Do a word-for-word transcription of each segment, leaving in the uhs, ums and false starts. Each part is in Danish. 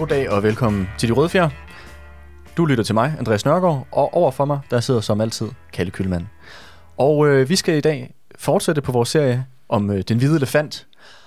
Goddag og velkommen til De Røde Fjer. Du lytter til mig, Andreas Nørgaard, og overfor mig, der sidder som altid Kalle Kyllmann. Og øh, vi skal i dag fortsætte på vores serie om øh, den hvide elefant.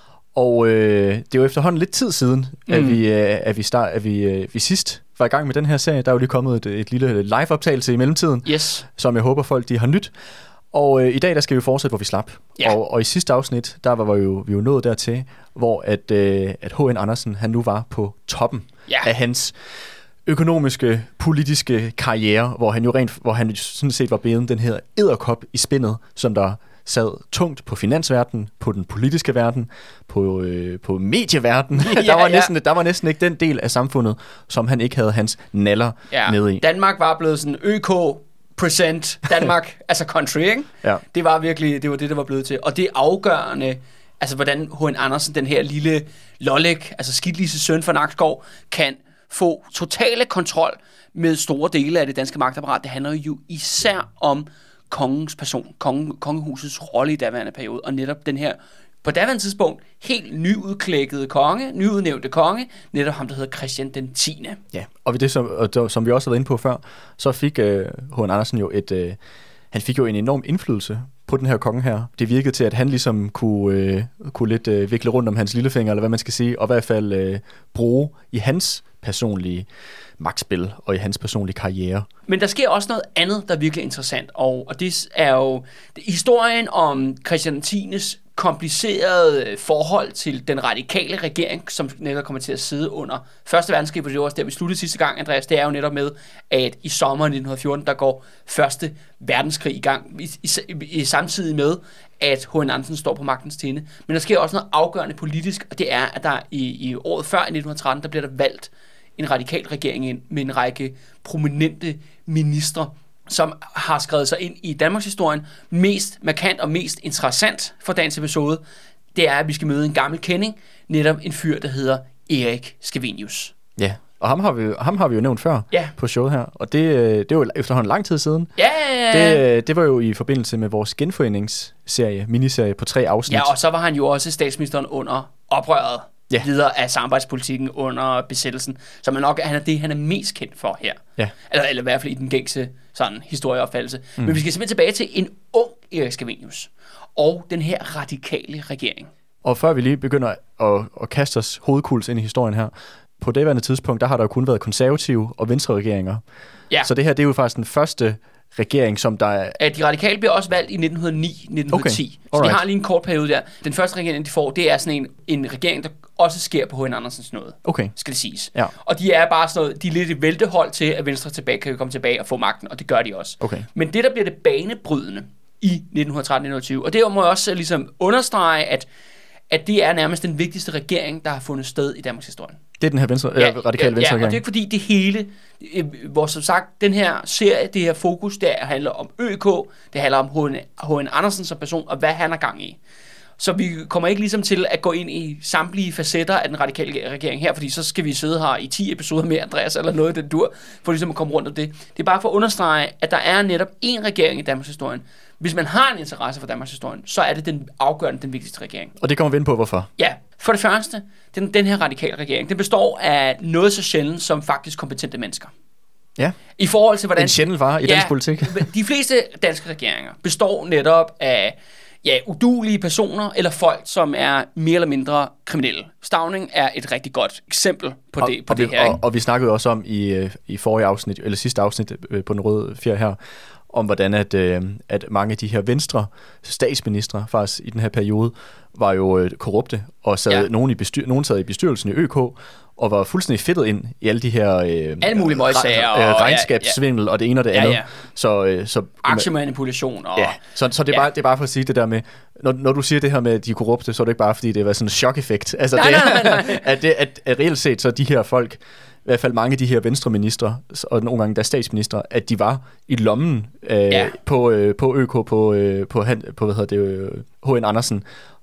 Og øh, det er jo efterhånden lidt tid siden, mm. at, vi, øh, at, vi, start, at vi, øh, vi sidst var i gang med den her serie. Der er jo lige kommet et, et lille live-optagelse i mellemtiden, yes. som jeg håber folk de har nyt. Og øh, i dag der skal vi fortsætte, hvor vi slap. Ja. Og, og i sidste afsnit, der var vi jo, vi jo nået dertil, hvor at, øh, at H N Andersen, han nu var på toppen ja. af hans økonomiske, politiske karriere, hvor han jo rent, hvor han sådan set var blevet den her edderkop i spindet, som der sad tungt på finansverdenen, på den politiske verden, på, øh, på medieverdenen. Ja, der, var næsten, ja. der var næsten ikke den del af samfundet, som han ikke havde hans naller ja. med i. Danmark var blevet sådan ø k present Danmark, altså country, ikke? Ja. Det var virkelig, det var det, der var blevet til. Og det er afgørende, altså hvordan H N Andersen, den her lille lollik, altså Skidlise søn fra Nakskov, kan få totale kontrol med store dele af det danske magtapparat. Det handler jo især om kongens person, konge, kongehusets rolle i daværende periode, og netop den her, på daværende tidspunkt, helt nyudklækkede konge, nyudnævnte konge, netop ham, der hedder Christian den tiende. Ja, og ved det, som, og som vi også har været inde på før, så fik øh, H N Andersen jo et, øh, han fik jo en enorm indflydelse på den her konge her. Det virkede til, at han ligesom kunne, øh, kunne lidt øh, vikle rundt om hans lillefinger, eller hvad man skal sige, og i hvert fald øh, bruge i hans personlige magtspil og i hans personlige karriere. Men der sker også noget andet, der er virkelig interessant, og, og det er jo det, historien om Christian den tiendes komplicerede forhold til den radikale regering, som netop kommer til at sidde under første verdenskrig, for det var også der, vi sluttede sidste gang, Andreas. Det er jo netop med, at i sommeren nitten fjorten, der går første verdenskrig i gang, i, i, i, samtidig med, at H N Andersen står på magtens tinde. Men der sker også noget afgørende politisk, og det er, at der i, i året før, i nitten tretten, der bliver der valgt en radikal regering ind med en række prominente ministre, som har skrevet sig ind i Danmarks historien. Mest markant og mest interessant for dagens episode, det er, at vi skal møde en gammel kending, netop en fyr, der hedder Erik Scavenius. Ja, og ham har vi, ham har vi jo nævnt før ja. på showet her, og det, det var jo efterhånden lang tid siden. Ja, ja, ja. Det, det var jo i forbindelse med vores genforeningsserie, miniserie på tre afsnit. Ja, og så var han jo også statsministeren under oprøret. Ja. Videre af samarbejdspolitikken under besættelsen, som er nok han er det, han er mest kendt for her. Ja. Eller, eller i hvert fald i den gængse sådan, historieopfattelse. Mm. Men vi skal simpelthen tilbage til en ung Erik Scavenius og den her radikale regering. Og før vi lige begynder at, at kaste os hovedkuls ind i historien her, på det daværende tidspunkt, der har der jo kun været konservative og venstre regeringer. Ja. Så det her, det er jo faktisk den første regering, som der er... At de radikale bliver også valgt i nitten hundrede og ni nitten hundrede og ti. Okay. Så de har lige en kort periode der. Den første regering, de får, det er sådan en, en regering, der også sker på H N Andersens nåde. Okay. Skal det siges. Ja. Og de er bare sådan noget, de er lidt et væltehold til, at Venstre tilbage kan komme tilbage og få magten, og det gør de også. Okay. Men det, der bliver det banebrydende i nitten tretten nitten tyve, og det må jeg også ligesom understrege, at, at det er nærmest den vigtigste regering, der har fundet sted i Danmarks historie. Det er den her venstre, ja, øh, radikale ja, venstre regering. Ja, og det er ikke fordi det hele, øh, hvor som sagt, den her serie, det her fokus, der handler om Ø K, det handler om H N Andersen som person, og hvad han er gang i. Så vi kommer ikke ligesom til at gå ind i samtlige facetter af den radikale regering her, fordi så skal vi sidde her i ti episoder med Andreas, eller noget af den dur, for ligesom at komme rundt om det. Det er bare for at understrege, at der er netop én regering i Danmarks historien. Hvis man har en interesse for Danmarks historien, så er det den afgørende, den vigtigste regering. Og det kommer vi ind på, hvorfor? Ja, for det første, den, den her radikale regering, den består af noget så sjældent som faktisk kompetente mennesker. Ja. I forhold til hvordan... En sjældent var i ja, dansk politik. De fleste danske regeringer består netop af ja, uduelige personer eller folk, som er mere eller mindre kriminelle. Stauning er et rigtig godt eksempel på og, det, på og det vi, her. Og, og vi snakkede også om i, i forrige afsnit, eller sidste afsnit på Den Røde Fjer her, om hvordan at, øh, at mange af de her venstre statsministre faktisk i den her periode var jo øh, korrupte, og sad ja. nogen, i bestyr- nogen sad i bestyrelsen i Ø K, og var fuldstændig fedtet ind i alle de her øh, alle mulige møgsager øh, regnskabssvindel ja, ja. og det ene og det andet. Ja, ja. Så, øh, så, aktiemanipulation. Og, ja. Så, så det, er ja. bare, det er bare for at sige det der med, når, når du siger det her med, at de er korrupte, så er det ikke bare fordi, det var sådan en chok-effekt. Altså, nej, det, nej, nej, nej. at, det, at, at reelt set, så de her folk, i hvert fald mange af de her venstreministre, og nogle gange der statsministre, at de var i lommen øh, ja. på, øh, på Ø K, på, øh, på, på hvad hedder det, øh, H N Andersen,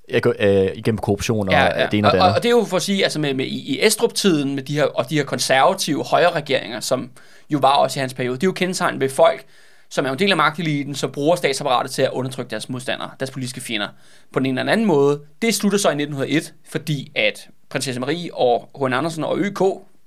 øh, igennem korruption og ja, ja. det ene og det andet. Og, og det er jo for at sige, altså med, med i, i Estrup-tiden, med de her, og de her konservative højre regeringer, som jo var også i hans periode, det er jo kendetegn ved folk, som er en del af magteliten, som bruger statsapparatet til at undertrykke deres modstandere, deres politiske fjender, på den ene eller anden måde. Det slutter så i nitten hundrede og en, fordi at prinsesse Marie og H N Andersen og Ø K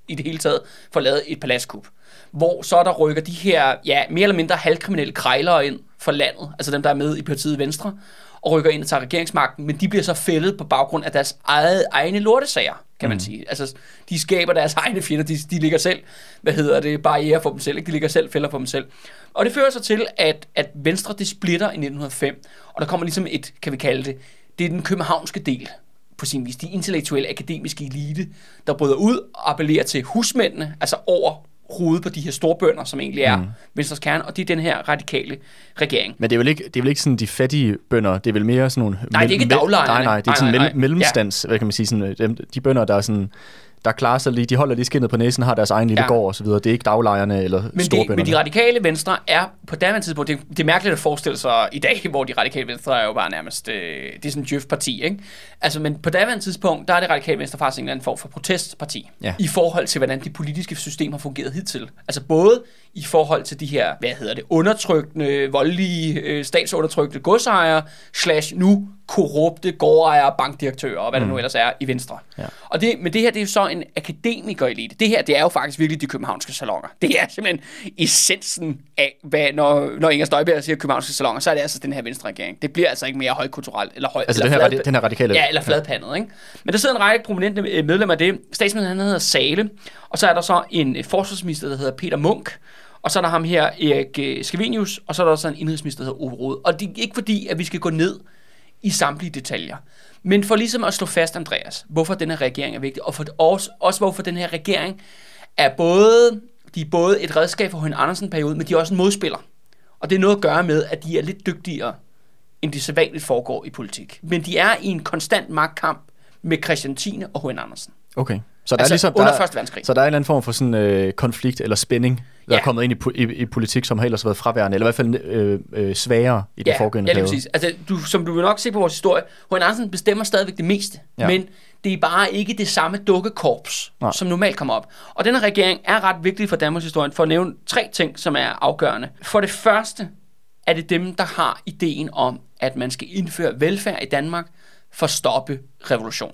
i det hele taget får lavet et paladskup, hvor så der rykker de her, ja, mere eller mindre halvkriminelle krejlere ind for landet, altså dem, der er med i partiet Venstre, og rykker ind og tager regeringsmagten, men de bliver så fældet på baggrund af deres eget, egne lortesager, kan man mm. sige. Altså, de skaber deres egne fjender, de, de ligger selv, hvad hedder det, barriere for dem selv, ikke? De ligger selv fælder for dem selv. Og det fører så til, at, at Venstre, det splitter i nitten hundrede og fem, og der kommer ligesom et, kan vi kalde det, det er den københavnske del, på sin vis, de intellektuelle, akademiske elite, der bryder ud og appellerer til husmændene, altså over hovedet på de her storbønder, som egentlig er mm. Venstres kerne, og det er den her radikale regering. Men det er vel ikke, det er vel ikke sådan de fattige bønder, det er vel mere sådan nogle... Nej, det er ikke daglejerne. Nej, nej, det er sådan nej, nej, nej. mellemstands, ja. Hvad kan man sige, sådan, de, de bønder, der er sådan... der klarer sig lige, de holder lige skindet på næsen, har deres egen lille ja. gård og så videre. Det er ikke daglejerne eller storbønderne. Men de radikale venstre er på daværende tidspunkt, det, det er mærkeligt at forestille sig i dag, hvor de radikale venstre er jo bare nærmest, øh, det er sådan en djøf-parti, ikke? Altså, men på daværende tidspunkt, der er det radikale venstre faktisk en eller anden form for protestparti, ja. i forhold til, hvordan de politiske systemer har fungeret hidtil. Altså både i forhold til de her, hvad hedder det, undertrykkende, voldelige, øh, statsundertrykte godsejere, slash nu korrupte gårdejere, bankdirektører og hvad mm. der nu ellers er i Venstre. Ja. Og det, men det her, det er jo så en akademikerelite. Det her, det er jo faktisk virkelig de københavnske salonger. Det er simpelthen essensen af, hvad, når, når Inger Støjberg siger københavnske salonger, så er det altså den her Venstre-regering. Det bliver altså ikke mere højkulturelt eller høj, altså eller den, her, den her radikale... Ja, eller fladpandet, ikke? Men der sidder en række prominente medlemmer af det. Statsministeren, han hedder Zahle, og så er der så en forsvarsminister, der hedder Peter Munk, og så er der ham her, Erik Scavenius, og så er der også en indrigsminister, der hedder Ove Rode. Og det er ikke fordi, at vi skal gå ned i samtlige detaljer. Men for ligesom at slå fast, Andreas, hvorfor den her regering er vigtig, og for også, også hvorfor den her regering er både, de er både et redskab for H N. Andersen-periode, men de er også en modspiller. Og det er noget at gøre med, at de er lidt dygtigere, end de sædvanligt foregår i politik. Men de er i en konstant magtkamp med Christian tiende og H N. Andersen. Okay. Så der altså er ligesom, under der, første verdenskrig. Så der er en eller anden form for sådan øh, konflikt eller spænding, der ja. er kommet ind i, i, i politik, som har ellers været fraværende, eller i hvert fald øh, øh, sværere i ja, den foregående ja, periode. Ja, præcis. Altså, du, som du vil nok se på vores historie, H N. Andersen bestemmer stadigvæk det meste, ja. men det er bare ikke det samme dukkekorps, Nej. som normalt kommer op. Og denne regering er ret vigtig for Danmarks historie, for at nævne tre ting, som er afgørende. For det første er det dem, der har ideen om, at man skal indføre velfærd i Danmark for at stoppe revolution.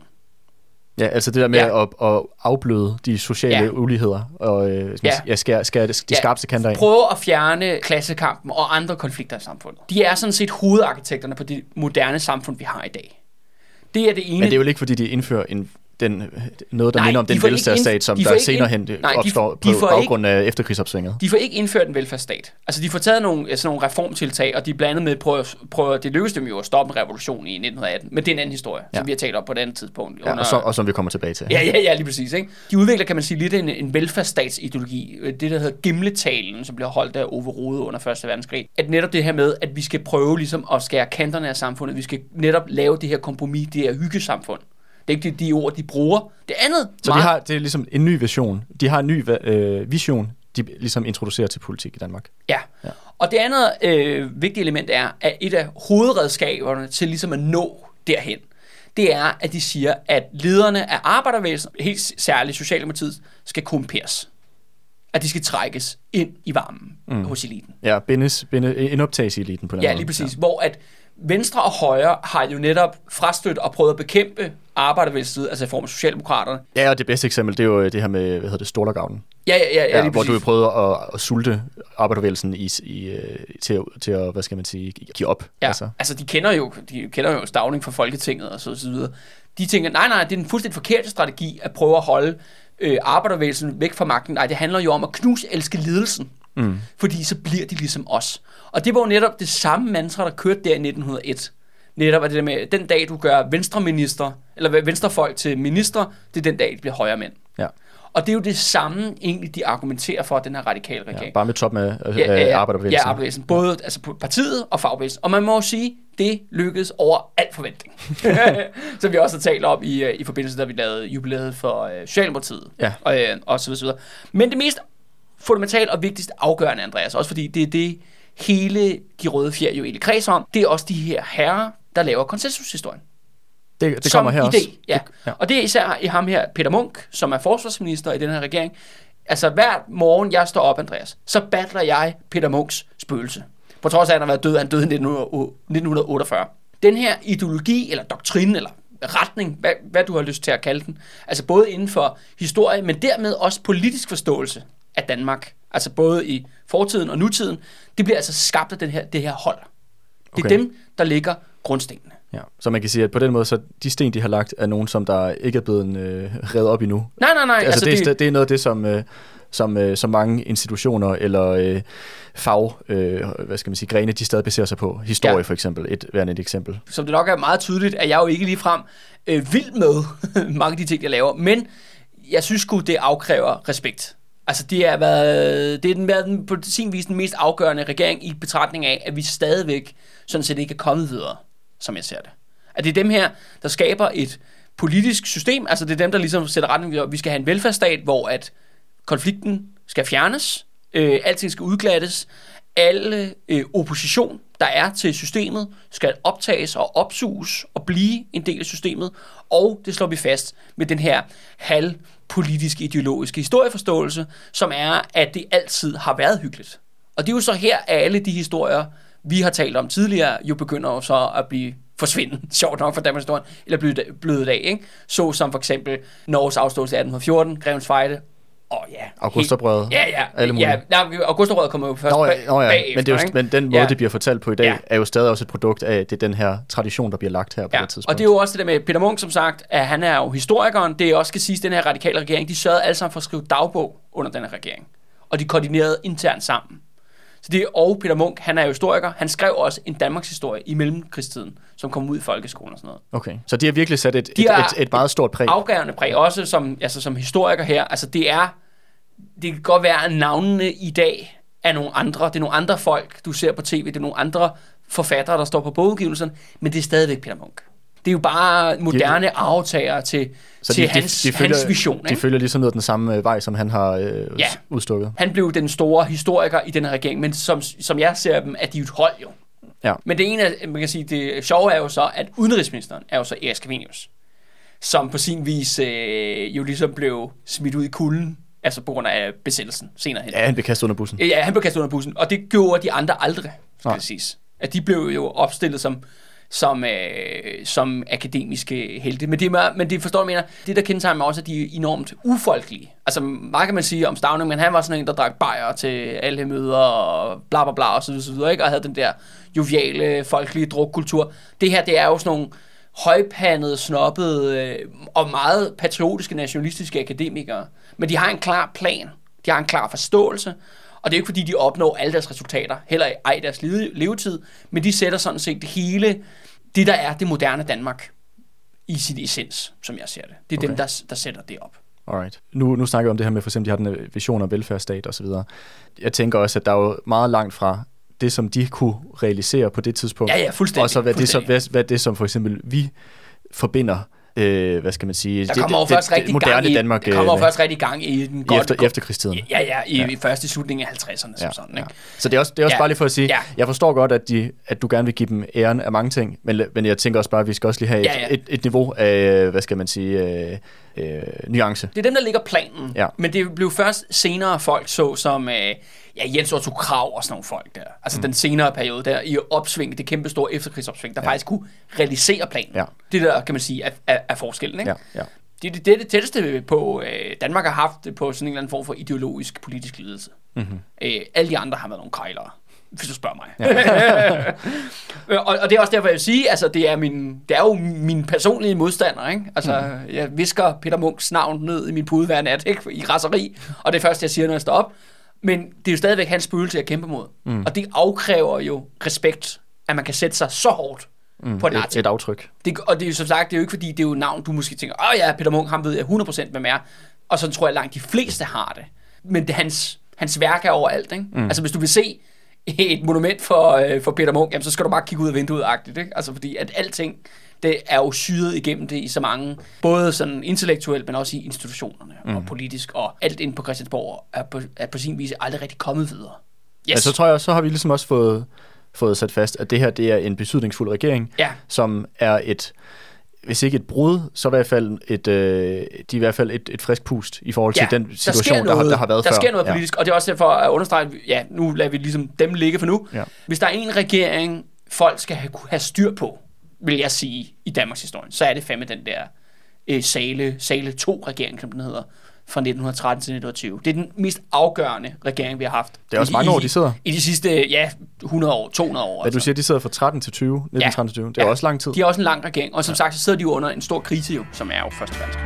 Ja, altså det der med ja. at, at afbløde de sociale ja. uligheder og øh, ja. Ja, skære, skære de ja. skarpeste kanter ind. Prøve at fjerne klassekampen og andre konflikter i samfundet. De er sådan set hovedarkitekterne på det moderne samfund, vi har i dag. Det er det ene. Men det er jo ikke, fordi de indfører en, den, noget, der nej, minder om de den velfærdsstat, som de der senere hen opstår de, de på baggrund af efterkrigsopsvinget. De får ikke indført en velfærdsstat. Altså, de får taget nogle, sådan nogle reformtiltag, og de er blandet med, prøv, prøv, det lykkedes dem jo at stoppe en revolution i nitten atten. Men det er en anden historie, ja. som vi har talt op på et andet tidspunkt. Ja, under, og, så, og som vi kommer tilbage til. Ja, ja, ja, lige præcis. Ikke? De udvikler, kan man sige, lidt en, en velfærdsstatsideologi. Det, der hedder Gimletalen, som bliver holdt af Ove Rode under første verdenskrig. At netop det her med, at vi skal prøve ligesom at skære kanterne af samfundet. Vi skal netop lave det her kompromis, det her hyggesamfund. Det er ikke de, de ord, de bruger. Det andet... Så meget... de har, det er ligesom en ny vision. De har en ny øh, vision, de ligesom introducerer til politik i Danmark. Ja, ja. Og det andet øh, vigtige element er, at et af hovedredskaberne til ligesom at nå derhen, det er, at de siger, at lederne af arbejdervægelsen, helt særligt Socialdemokratiet, skal korrumperes. At de skal trækkes ind i varmen mm. hos eliten. Ja, bindes, binde, indoptages i eliten på den ja, måde. Lige præcis. Ja. Hvor at Venstre og Højre har jo netop frastødt og prøvet at bekæmpe arbejdervægelsen, altså i form af Socialdemokraterne. Ja, og det bedste eksempel, det er jo det her med, hvad hedder det, Stålergavlen. Ja, ja, ja, ja, ja hvor du prøvede at, at sulte arbejdervægelsen i, i, til, til at, hvad skal man sige, give op. Ja, altså, altså de kender jo, de kender jo Stauning fra Folketinget og så, så videre. De tænker, nej, nej, det er en fuldstændig forkert strategi at prøve at holde øh, arbejdervægelsen væk fra magten. Nej, det handler jo om at knuse elske ledelsen. Mm. Fordi så bliver de ligesom os. Og det var jo netop det samme mantra, der kørte der i nitten hundrede og et. Netop at det der med, den dag du gør venstreminister, eller venstrefolk til minister, det er den dag, de bliver højre mænd. Ja. Og det er jo det samme, egentlig, de argumenterer for, den her radikale regering. Ja, bare med top med øh, ja, ja, arbejderbevægelsen. Ja, arbejderbevægelsen. Både ja. altså på partiet og fagbevægelsen. Og man må jo sige, det lykkedes over al forventning. Som vi også har talt om i, i forbindelse, da vi lavede jubilæet for øh, Socialdemokratiet. Ja. Og, øh, og så videre, så videre. Men det mest fundamentalt og vigtigst afgørende, Andreas, også fordi det er det hele de røde fjer jo egentlig kreds om, det er også de her herrer, der laver konsensushistorien. Det, det kommer her idé, også. Ja. ja. Og det er især i ham her, Peter Munk, som er forsvarsminister i den her regering. Altså hver morgen, jeg står op, Andreas, så battler jeg Peter Munks spøgelse. På trods af, at han har været død, han døde i nitten otteogfyrre. Den her ideologi, eller doktrine, eller retning, hvad, hvad du har lyst til at kalde den. Altså både inden for historie, men dermed også politisk forståelse af Danmark. Altså både i fortiden og nutiden. Det bliver altså skabt af den her, det her hold. Det er okay. dem, der ligger grundstenene. Ja, så man kan sige, at på den måde, så de sten, de har lagt, er nogen, som der ikke er blevet øh, revet op endnu. Nej, nej, nej. Altså, altså det, det, det er noget af det, som, øh, som, øh, som mange institutioner eller øh, fag, øh, hvad skal man sige, grene, de stadig baserer sig på. Historie ja. for eksempel, et værende et eksempel. Som det nok er meget tydeligt, at jeg jo ikke ligefrem øh, vild med mange af de ting, jeg laver, men jeg synes sgu, det afkræver respekt. Altså det er, været, det er den, været på sin vis den mest afgørende regering i betragtning af, at vi stadigvæk sådan set ikke er kommet videre, som jeg ser det. At det er dem her, der skaber et politisk system, altså det er dem, der ligesom sætter retning, vi skal have en velfærdsstat, hvor at konflikten skal fjernes, øh, alting skal udglattes, alle øh, opposition, der er til systemet, skal optages og opsuges og blive en del af systemet, og det slår vi fast med den her halvpolitiske ideologiske historieforståelse, som er, at det altid har været hyggeligt. Og det er jo så her, at alle de historier, vi har talt om tidligere, jo begynder jo så at blive forsvinde, sjovt nok for Danmarks historie, eller blødet, blødet af, ikke? Så som for eksempel Norges afståelse atten fjorten, Grevens Fejde, og ja... Augustoprøret. Ja, ja. Alle mulige. Ja, Augustoprøret kommer jo først nå, ja, nå, ja. bagefter, men, det er jo, men den måde, ja. det bliver fortalt på i dag, ja. er jo stadig også et produkt af det den her tradition, der bliver lagt her på ja. det tidspunkt. Og det er jo også det der med Peter Munch, som sagt, at han er jo historikeren. Det er også skal siges, den her radikale regering, de sørgede alle sammen for at skrive dagbog under den her regering. Og de koordinerede internt sammen. Så det er, og Peter Munch, han er jo historiker, han skrev også en Danmarks historie i mellemkrigstiden, som kom ud i folkeskolen og sådan noget. Okay, så de har virkelig sat et, de et, et, et meget stort præg. Afgørende præg, også som, altså som historiker her. Altså det er, det kan godt være, at navnene i dag er nogle andre, det er nogle andre folk, du ser på tv, det er nogle andre forfattere, der står på bogudgivelsen, men det er stadigvæk Peter Munch. Det er jo bare moderne de, aftager til, til de, hans, de, de følger, hans vision. Ikke? De følger ligesom noget den samme vej, som han har øh, ja. udstukket. Han blev den store historiker i den her regering, men som, som jeg ser dem, er de jo et hold jo. Ja. Men det ene, man kan sige, det sjove er jo så, at udenrigsministeren er jo så Erik Scavenius, som på sin vis øh, jo ligesom blev smidt ud i kulden, altså på grund af besættelsen senere hen. Ja, han blev kastet under bussen. Ja, han blev kastet under bussen, og det gjorde de andre aldrig, skal ja. det siges. At de blev jo opstillet som som, øh, som akademiske helte. Men det, men det forstår jeg mener, det der kendetegner mig også, at de er enormt ufolkelige. Altså, meget kan man sige om Stauning, men han var sådan en, der drak bajer til alle møder og bla bla bla og så videre, så videre, ikke? Og havde den der joviale, folkelige drukkultur. Det her, det er jo sådan nogle højpandede, snobbede øh, og meget patriotiske, nationalistiske akademikere. Men de har en klar plan. De har en klar forståelse. Og det er jo ikke fordi, de opnår alle deres resultater, heller ej deres levetid, men de sætter sådan set det hele, det der er det moderne Danmark, i sin essens, som jeg ser det. Det er okay. dem, der, der sætter det op. Alright. Nu, nu snakker vi om det her med, for eksempel, de har den vision om velfærdsstat og så videre. Jeg tænker også, at der er jo meget langt fra det, som de kunne realisere på det tidspunkt. Ja, ja, fuldstændig. Og så hvad, det, som, hvad, hvad det, som for eksempel vi forbinder, Øh, hvad skal man sige, der kommer det, jo først det, rigtig moderne gang i, Danmark. Der kommer jo først rigtig gang i den godt, efter, efterkrigstiden. Ja, ja, i, ja. i første slutningen af halvtredserne, som ja, sådan, ikke? Ja. Så det er også, det er også ja. bare lige for at sige, ja. jeg forstår godt, at, de, at du gerne vil give dem æren af mange ting, men, men jeg tænker også bare, at vi skal også lige have et, ja, ja. et, et niveau af, hvad skal man sige, øh, øh, nuance. Det er dem, der ligger planen, ja. men det blev først senere folk så som øh, ja, Jens Otto Krag og sådan nogle folk der. Altså mm. den senere periode der i opsving, det kæmpe store efterkrigsopsving, der ja. faktisk kunne realisere planen. Ja. Det der, kan man sige, er, er, er forskellen, ikke? Ja. Ja. Det er det, det, det tætteste på, øh, Danmark har haft på sådan en eller anden form for ideologisk politisk ledelse. Mm-hmm. Øh, alle de andre har været nogle krejlere, hvis du spørger mig. Ja. og, og det er også derfor, jeg vil sige, altså det er, min, det er jo min personlige modstander, ikke? Altså mm. jeg visker Peter Munchs navn ned i min pude hver nat, ikke? I raseri, og det er først, jeg siger, når jeg står op. Men det er jo stadigvæk hans spøgelse, jeg kæmper mod. Mm. Og det afkræver jo respekt, at man kan sætte sig så hårdt mm. på et narrativ. Et aftryk. Det, og det er jo som sagt, det er jo ikke fordi, det er jo navn, du måske tænker, åh ja, Peter Munch, ham ved jeg hundrede procent, hvem er. Og så tror jeg langt de fleste har det. Men det, hans, hans værk er overalt, ikke? Mm. Altså hvis du vil se et monument for, øh, for Peter Munch, jamen, så skal du bare kigge ud af vinduet-agtigt, ikke? Altså fordi at alting, det er jo syret igennem det i så mange, både sådan intellektuelt, men også i institutionerne mm. og politisk, og alt inde på Christiansborg er på, er på sin vis aldrig rigtig kommet videre. Yes. Ja, så tror jeg, så har vi ligesom også fået, fået sat fast, at det her, det er en betydningsfuld regering, ja. som er et, hvis ikke et brud, så i hvert fald et, øh, de er i hvert fald et, et frisk pust i forhold til ja, den situation, der, noget, der, har, der har været der før. Der sker noget politisk, ja. og det er også derfor at understrege, ja, nu lader vi ligesom dem ligge for nu. Ja. Hvis der er en regering, folk skal have, have styr på, vil jeg sige, i Danmarks historie, så er det fandme den der øh, Sale, Sale to-regering, som den hedder, fra nitten tretten til nitten tyve. Det er den mest afgørende regering, vi har haft. Det er også mange i, år, de sidder. I de sidste, ja, hundrede år, to hundrede år. Ja, altså. du siger, de sidder fra tretten til tyve, nitten tretten til tyve. Det er ja, også lang tid. De har også en lang regering, og som ja. sagt, så sidder de jo under en stor krise, jo, som er jo første verdenskrig.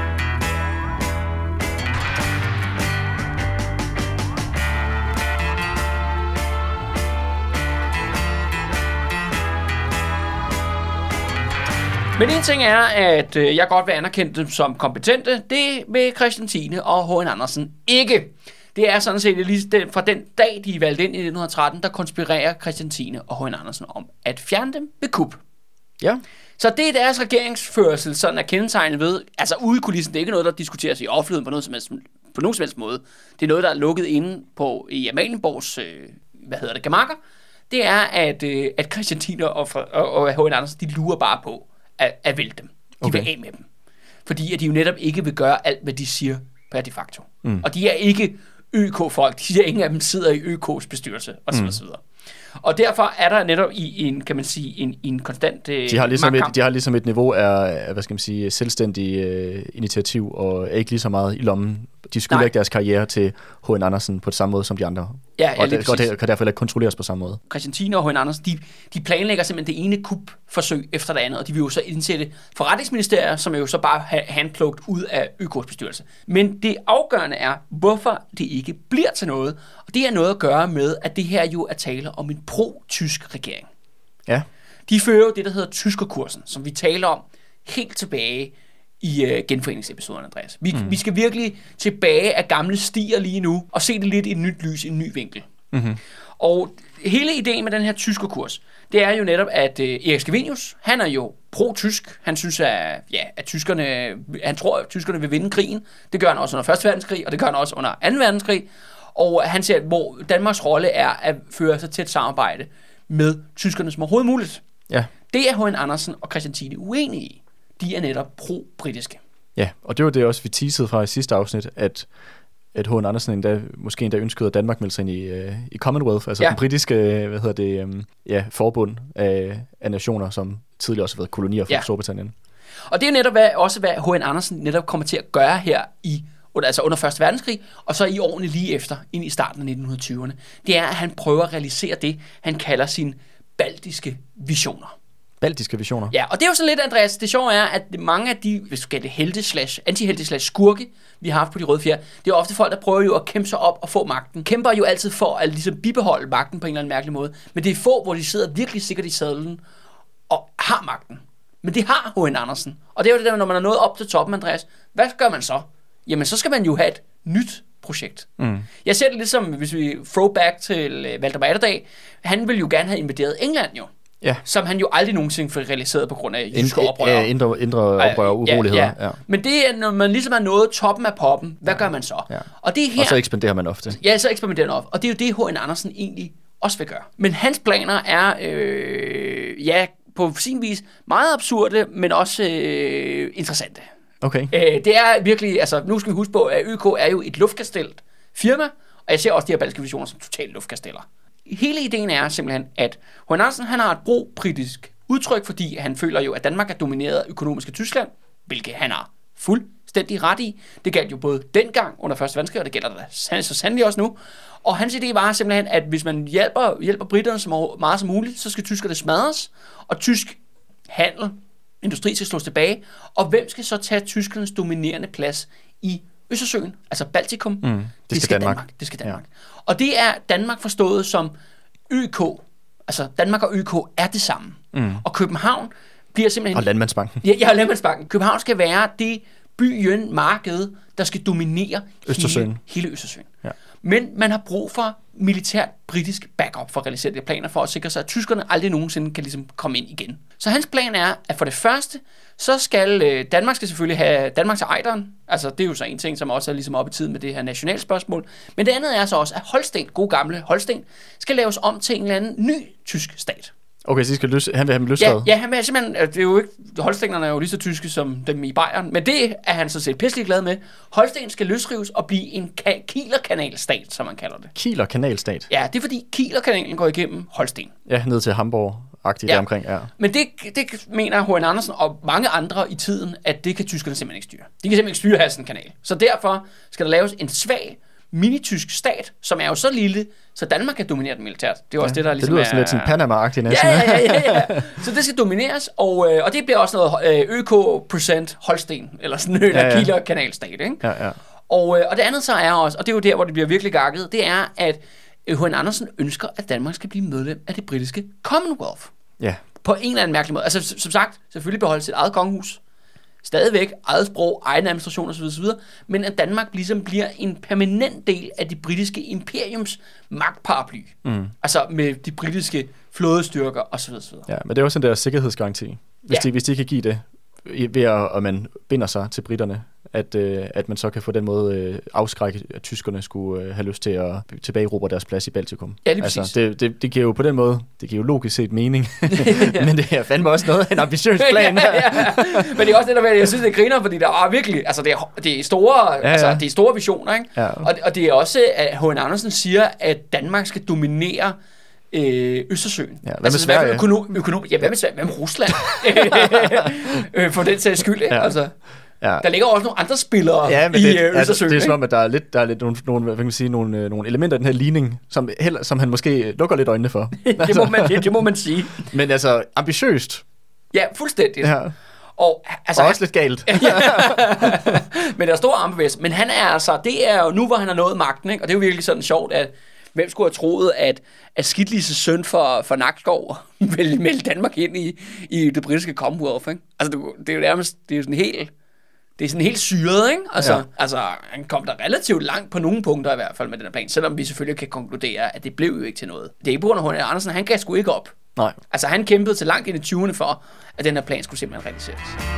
Men en ting er, at øh, jeg godt vil anerkende dem som kompetente. Det vil Christian Thiene og H N. Andersen ikke. Det er sådan set lige den, fra den dag, de er valgt ind i nitten tretten, der konspirerer Christian Thiene og H N. Andersen om at fjerne dem ved kup. Ja. Så det er deres regeringsførsel, sådan er kendetegnet ved, altså ude i kulissen, det er ikke noget, der diskuteres i offentligheden på, noget som helst, på nogen som helst måde. Det er noget, der er lukket inde på i Amalienborgs, øh, hvad hedder det, gemakker. Det er, at, øh, at Christian Thiene og, og, og H N. Andersen, de lurer bare på at, at vælte dem. De okay. vil af med dem. Fordi at de jo netop ikke vil gøre alt, hvad de siger per de facto. Mm. Og de er ikke Ø K-folk. De er ingen af dem sidder i Ø K's bestyrelse, og så mm. videre. Og derfor er der netop i en, kan man sige, en, en konstant øh, de har ligesom et, de har ligesom et niveau af, hvad skal man sige, selvstændig øh, initiativ, og er ikke lige så meget i lommen. De skylder ikke deres karriere til H N. Andersen på samme måde som de andre. Ja, ja, og det, og det kan derfor ikke kontrolleres på samme måde. Christian Thiene og H N. Andersen, de, de planlægger simpelthen det ene kupforsøg efter det andet, og de vil jo så indsætte forretningsministerier, som er jo så bare handplugt ud af Ø K's bestyrelse. Men det afgørende er, hvorfor det ikke bliver til noget, og det er noget at gøre med, at det her jo er tale om en pro-tysk regering. Ja. De fører jo det, der hedder tyskerkursen, som vi taler om helt tilbage i øh, genforeningsepisoden, Andreas. Vi, mm. vi skal virkelig tilbage af gamle stier lige nu, og se det lidt i et nyt lys, i en ny vinkel. Mm-hmm. Og hele ideen med den her tyskerkurs, det er jo netop, at øh, Erik Scavenius, han er jo pro-tysk. Han synes, at, ja, at tyskerne, han tror, at tyskerne vil vinde krigen. Det gør han også under første verdenskrig, og det gør han også under anden verdenskrig. Og han siger, hvor Danmarks rolle er at føre sig til et samarbejde med tyskerne som overhovedet muligt. Ja. Det er H N. Andersen og Christian Thiene uenige i. De er netop pro-britiske. Ja, og det var det også, vi teasede fra i sidste afsnit, at, at H N. Andersen endda, måske endda ønskede, at Danmark meldte sig ind i, uh, i Commonwealth, altså ja. den britiske hvad hedder det, um, ja, forbund af, af nationer, som tidligere også har været kolonier for ja. Storbritannien. Og det er netop hvad, også, hvad H N. Andersen netop kommer til at gøre her i altså under første verdenskrig, og så i årene lige efter, ind i starten af nitten tyverne. Det er, at han prøver at realisere det, han kalder sine baltiske visioner. Baltiske visioner? Ja, og det er jo så lidt, Andreas, det sjove er, at mange af de, hvis du skal det helte slash, anti-helte slash skurke, vi har haft på de røde fjer, det er ofte folk, der prøver jo at kæmpe sig op og få magten. Kæmper jo altid for at ligesom bibeholde magten på en eller anden mærkelig måde. Men det er få, hvor de sidder virkelig sikkert i sadlen og har magten. Men det har H N. Andersen. Og det er jo det der, når man er nået op til toppen, Andreas. Hvad gør man så? Jamen, så skal man jo have et nyt projekt. Mm. Jeg ser det lidt som, hvis vi throwback til uh, Valdemar Atterdag, han ville jo gerne have invaderet England jo. Ja. Som han jo aldrig nogensinde fik realiseret på grund af jyske oprør. Ja, indre, indre oprør og uroligheder. Ja, ja. Ja. Men det er, når man ligesom er nået toppen af poppen, hvad ja. gør man så? Ja. Og, det her, og så ekspanderer man ofte. Ja, så ekspanderer man ofte. Og det er jo det, H N. Andersen egentlig også vil gøre. Men hans planer er, øh, ja, på sin vis meget absurde, men også øh, interessante. Okay. Øh, det er virkelig, altså nu skal vi huske på, at Ø K er jo et luftkastelt firma, og jeg ser også de her baltiske visioner som totalt luftkasteller. Hele ideen er simpelthen, at H N. Andersen, han har et pro-britisk udtryk, fordi han føler jo, at Danmark er domineret af økonomiske Tyskland, hvilket han har fuldstændig ret i. Det galt jo både dengang under første verdenskrig, og det gælder da så sandelig også nu. Og hans idé var simpelthen, at hvis man hjælper, hjælper britterne så meget som muligt, så skal tyskerne smadres, og tysk handel, industri skal slås tilbage, og hvem skal så tage tyskernes dominerende plads i Østersøen, altså Baltikum? Mm, det, det skal Danmark. Danmark. Det skal Danmark. Ja. Og det er Danmark forstået som Ø K. Altså Danmark og Ø K er det samme. Mm. Og København bliver simpelthen... Og Landmandsbanken. Ja, ja, Landmandsbanken. København skal være det byen, marked, der skal dominere Østersøen. Hele, hele Østersøen. Ja. Men man har brug for militært britisk backup for at realisere de planer, for at sikre sig, at tyskerne aldrig nogensinde kan ligesom komme ind igen. Så hans plan er, at for det første, så skal øh, Danmark skal selvfølgelig have Danmark til ejderen. Altså det er jo så en ting, som også er ligesom oppe i tiden med det her nationalspørgsmål. Men det andet er så også, at Holsten, god gamle Holsten, skal laves om til en eller anden ny tysk stat. Okay, så skal løs, han vil have dem løsrevet? Ja, ja, han vil simpelthen, det er jo ikke, Holstenerne er jo lige så tyske som dem i Bayern, men det er han så set pisselig glad med. Holsten skal løsrives og blive en ka- Kielerkanalstat, som man kalder det. Kielerkanalstat? Ja, det er fordi Kielerkanalen går igennem Holsten. Ja, ned til Hamburg. agtigt ja. Deromkring, ja. Men det, det mener H N. Andersen og mange andre i tiden, at det kan tyskerne simpelthen ikke styre. De kan simpelthen ikke styre Halsen kanal. Så derfor skal der laves en svag, mini-tysk stat, som er jo så lille, så Danmark kan dominere den militært. Det er også ja, det, der ligesom det lyder er... sådan lidt sådan Panama-agtigt næsten. Ja, ja, ja, ja, ja. Så det skal domineres, og, og det bliver også noget Ø K procent Holsten, eller sådan en ja, ja. Kieler kanalstat, ikke? Ja, ja. Og, og det andet så er også, og det er jo der, hvor det bliver virkelig gakket, det er, at H N. Andersen ønsker, at Danmark skal blive medlem af det britiske Commonwealth. Ja. På en eller anden mærkelig måde. Altså, som sagt, selvfølgelig beholde sit eget kongehus. Stadigvæk eget sprog, egen administration osv. osv. Men at Danmark ligesom bliver en permanent del af det britiske imperiums magtparaply. Mm. Altså med de britiske flådestyrker osv. osv. Ja, men det er også den der sikkerhedsgaranti. Hvis, ja. de, hvis de kan give det, ved at, at man binder sig til britterne, at, øh, at man så kan få den måde øh, afskrække, at tyskerne skulle øh, have lyst til at tilbageerobre deres plads i Baltikum. Ja, lige præcis. Altså, det, det, det giver jo på den måde, det giver jo logisk set mening, men det er fandme også noget af en ambitiøs plan. ja, ja, ja. Men det er også det, der jeg synes, det griner, fordi der er virkelig, altså det er, det er, store, ja, ja. Altså, det er store visioner, ikke? Ja. Og, og det er også, at H N. Andersen siger, at Danmark skal dominere Øh, Østersøen. Ja, hvad med altså, Sverige? Økonom, økonom, ja, hvad med Sverige? Hvad med Rusland? øh, for den sags skyld, ikke? Ja. Altså, ja. Der ligger også nogle andre spillere ja, i det, Østersøen. Altså, det er som om, at der er lidt, der er lidt nogle, nogle, hvad kan man sige, nogle, nogle elementer i den her ligning, som, heller, som han måske lukker lidt øjnene for. det, må man, det, det må man sige. Men altså, ambitiøst. Ja, fuldstændig. Ja. Og, altså, og også han, lidt galt. Men der er stor armbevægelse. Men han er altså, det er jo nu, hvor han har nået magten, ikke? Og det er jo virkelig sådan sjovt, at hvem skulle have troet, at, at Skidlises søn for, for Nakskov ville melde Danmark ind i, i det britiske Commonwealth, ikke? Altså, det, det er jo nærmest, det er jo sådan helt, det er sådan helt syret, ikke? Altså, ja. altså, han kom der relativt langt på nogle punkter i hvert fald med den her plan, selvom vi selvfølgelig kan konkludere, at det blev jo ikke til noget. Det er ikke på grund af H N. Andersen, han gav sgu ikke op. Nej. Altså, han kæmpede til langt ind i tyverne for, at den her plan skulle simpelthen realiseres.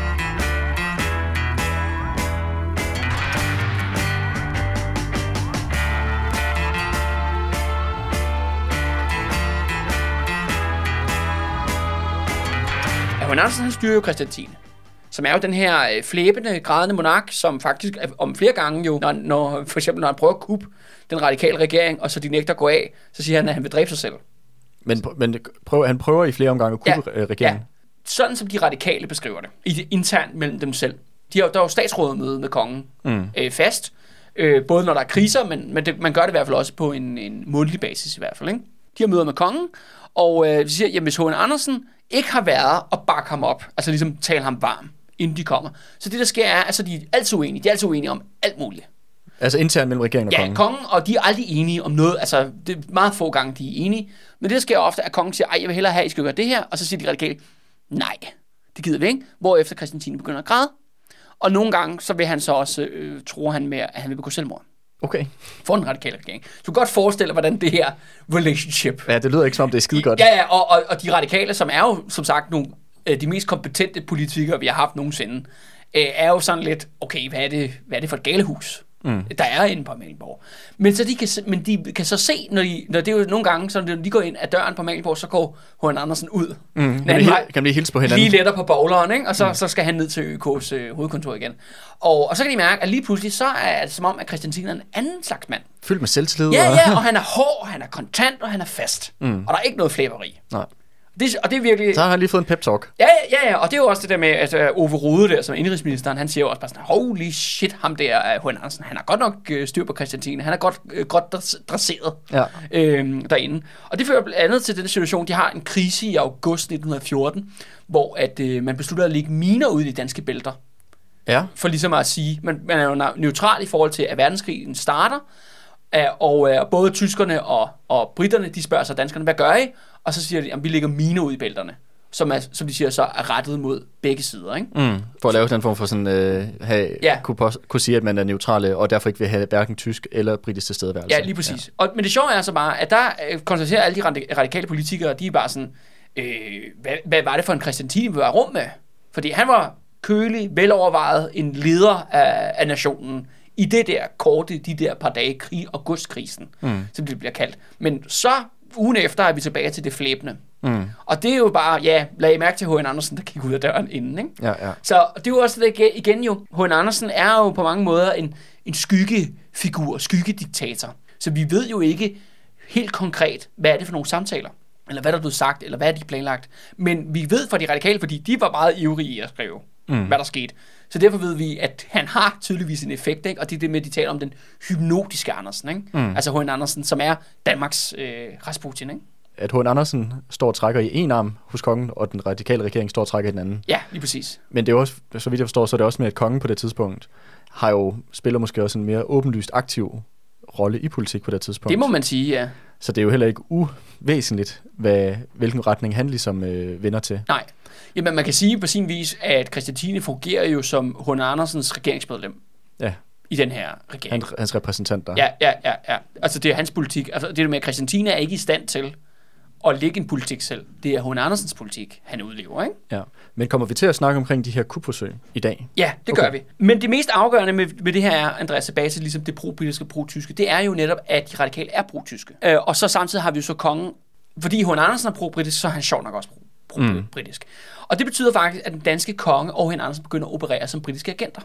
H N. Andersen, han styrer jo Christian tiende, som er jo den her flæbende, grædende monark, som faktisk om flere gange jo, når, når for eksempel når han prøver at kuppe den radikale regering, og så de nægter at gå af, så siger han, at han vil dræbe sig selv. Men, men prøv, han prøver i flere omgange at kuppe ja, regeringen? Ja, sådan som de radikale beskriver det, i det internt mellem dem selv. De har, der er jo statsrådemøde med kongen mm. øh, fast, øh, både når der er kriser, men, men det, man gør det i hvert fald også på en, en månedlig basis i hvert fald. Ikke? De har møder med kongen, og øh, de siger, jamen hvis H N. Andersen ikke har været og bakke ham op, altså ligesom tale ham varm, inden de kommer. Så det der sker er, altså de er altid uenige, de er altid uenige om alt muligt. Altså internt mellem regeringen og ja, kongen? Ja, kongen, og de er aldrig enige om noget, altså det er meget få gange, de er enige. Men det der sker ofte, at kongen siger, ej, jeg vil hellere have, at I skal gøre det her, og så siger de radikale, nej, det gider vi ikke, hvorefter Christian tiende begynder at græde. Og nogle gange, så vil han så også, øh, tror han med, at han vil begå selvmord. Okay. For den radikale regering. Du kan godt forestille dig, hvordan det her relationship... Ja, det lyder ikke som om det er skide godt. Ja, ja, og, og, og de radikale, som er jo, som sagt, nogle af de mest kompetente politikere, vi har haft nogensinde, øh, er jo sådan lidt, okay, hvad er det, hvad er det for et galehus, mm. der er inde på Amalienborg? Men, så de kan, men de kan så se, når, de, når det er jo nogle gange, så når de går ind ad døren på Amalienborg, så går H N. Andersen ud. Mm. Kan, de, kan de hilse på hinanden? Lige letter på bowleren, ikke? Og så, mm. så skal han ned til Ø K's øh, hovedkontor igen. Og, og så kan de mærke, at lige pludselig, så er det som om, at Christian tiende er en anden slags mand. Fyldt med selvtillid. Ja, ja, og han er hård, han er kontant, og han er fast. Mm. Og der er ikke noget flæberi. Nej. Det, og det er virkelig... Så har han lige fået en pep-talk. Ja, ja, ja, og det er jo også det der med, at altså, Ove Rode der, som indrigsministeren, han siger jo også bare sådan, holy shit, ham der, H N. Andersen, han har godt nok øh, styr på Christian tiende, han er godt, øh, godt dresseret ja. øh, derinde. Og det fører blandt andet til den situation, de har en krise i august nitten fjorten, hvor at, øh, man beslutter at lægge miner ud i de danske bælter. Ja. For ligesom at sige, man, man er jo neutral i forhold til, at verdenskrigen starter, og øh, både tyskerne og, og britterne, de spørger sig danskerne, hvad gør I? Og så siger de, at vi lægger miner ud i bælterne, som, er, som de siger så er rettet mod begge sider. Ikke? Mm, for at lave den form for sådan, øh, have, ja. kunne, pos- kunne sige, at man er neutrale, og derfor ikke vil have hverken tysk eller britisk tilstedeværelse. Ja, lige præcis. Ja. Og, men det sjove er så bare, at der øh, konstaterer alle de radikale politikere, de er bare sådan, øh, hvad, hvad var det for en Christian tiende, vi var rum med? Fordi han var kølig, velovervejet, en leder af, af nationen, i det der korte, de der par dage, krig, augustkrisen, mm. som det bliver kaldt. Men så, ugen efter, er vi tilbage til det flæbende. Mm. Og det er jo bare, ja, lad I mærke til H N. Andersen, der gik ud af døren inden, ikke? Ja, ja. Så det er jo også det igen jo. H N. Andersen er jo på mange måder en, en skyggefigur, skyggediktator. Så vi ved jo ikke helt konkret, hvad er det for nogle samtaler, eller hvad der er blevet sagt, eller hvad er de planlagt. Men vi ved fra de radikale, fordi de var meget ivrige i at skrive, mm. hvad der skete. Så derfor ved vi, at han har tydeligvis en effekt, ikke? Og det er det med, at de taler om den hypnotiske Andersen, ikke? Mm. Altså H N. Andersen, som er Danmarks øh, Rasputin, ikke? At H N. Andersen står og trækker i en arm hos kongen, og den radikale regering står og trækker i den anden. Ja, lige præcis. Men det er også, så vidt jeg forstår, så er det også med, at kongen på det tidspunkt har jo spiller måske også en mere åbenlyst aktiv rolle i politik på det tidspunkt. Det må man sige, ja. Så det er jo heller ikke uvæsentligt, hvad, hvilken retning han ligesom øh, vender til. Nej. Jamen, man kan sige på sin vis, at Christian tiende fungerer jo som H N. Andersens regeringsmedlem. Ja. I den her regering. Han, hans repræsentant der. Ja, ja, ja, ja. Altså, det er hans politik. Altså, det er med, at Christian tiende er ikke i stand til at lægge en politik selv. Det er H N. Andersens politik, han udlever, ikke? Ja. Men kommer vi til at snakke omkring de her kupforsøg i dag? Ja, det okay. gør vi. Men det mest afgørende med, med det her er, Andreas, tilbage til ligesom det pro-britiske og pro-tyske, det er jo netop, at de radikale er pro-tyske. Øh, og så samtidig har vi jo så kongen, fordi H N. Andersen er pro-britisk, så er han sjovt nok også pro-britisk. Mm. Og det betyder faktisk, at den danske konge og H N. Andersen begynder at operere som britiske agenter.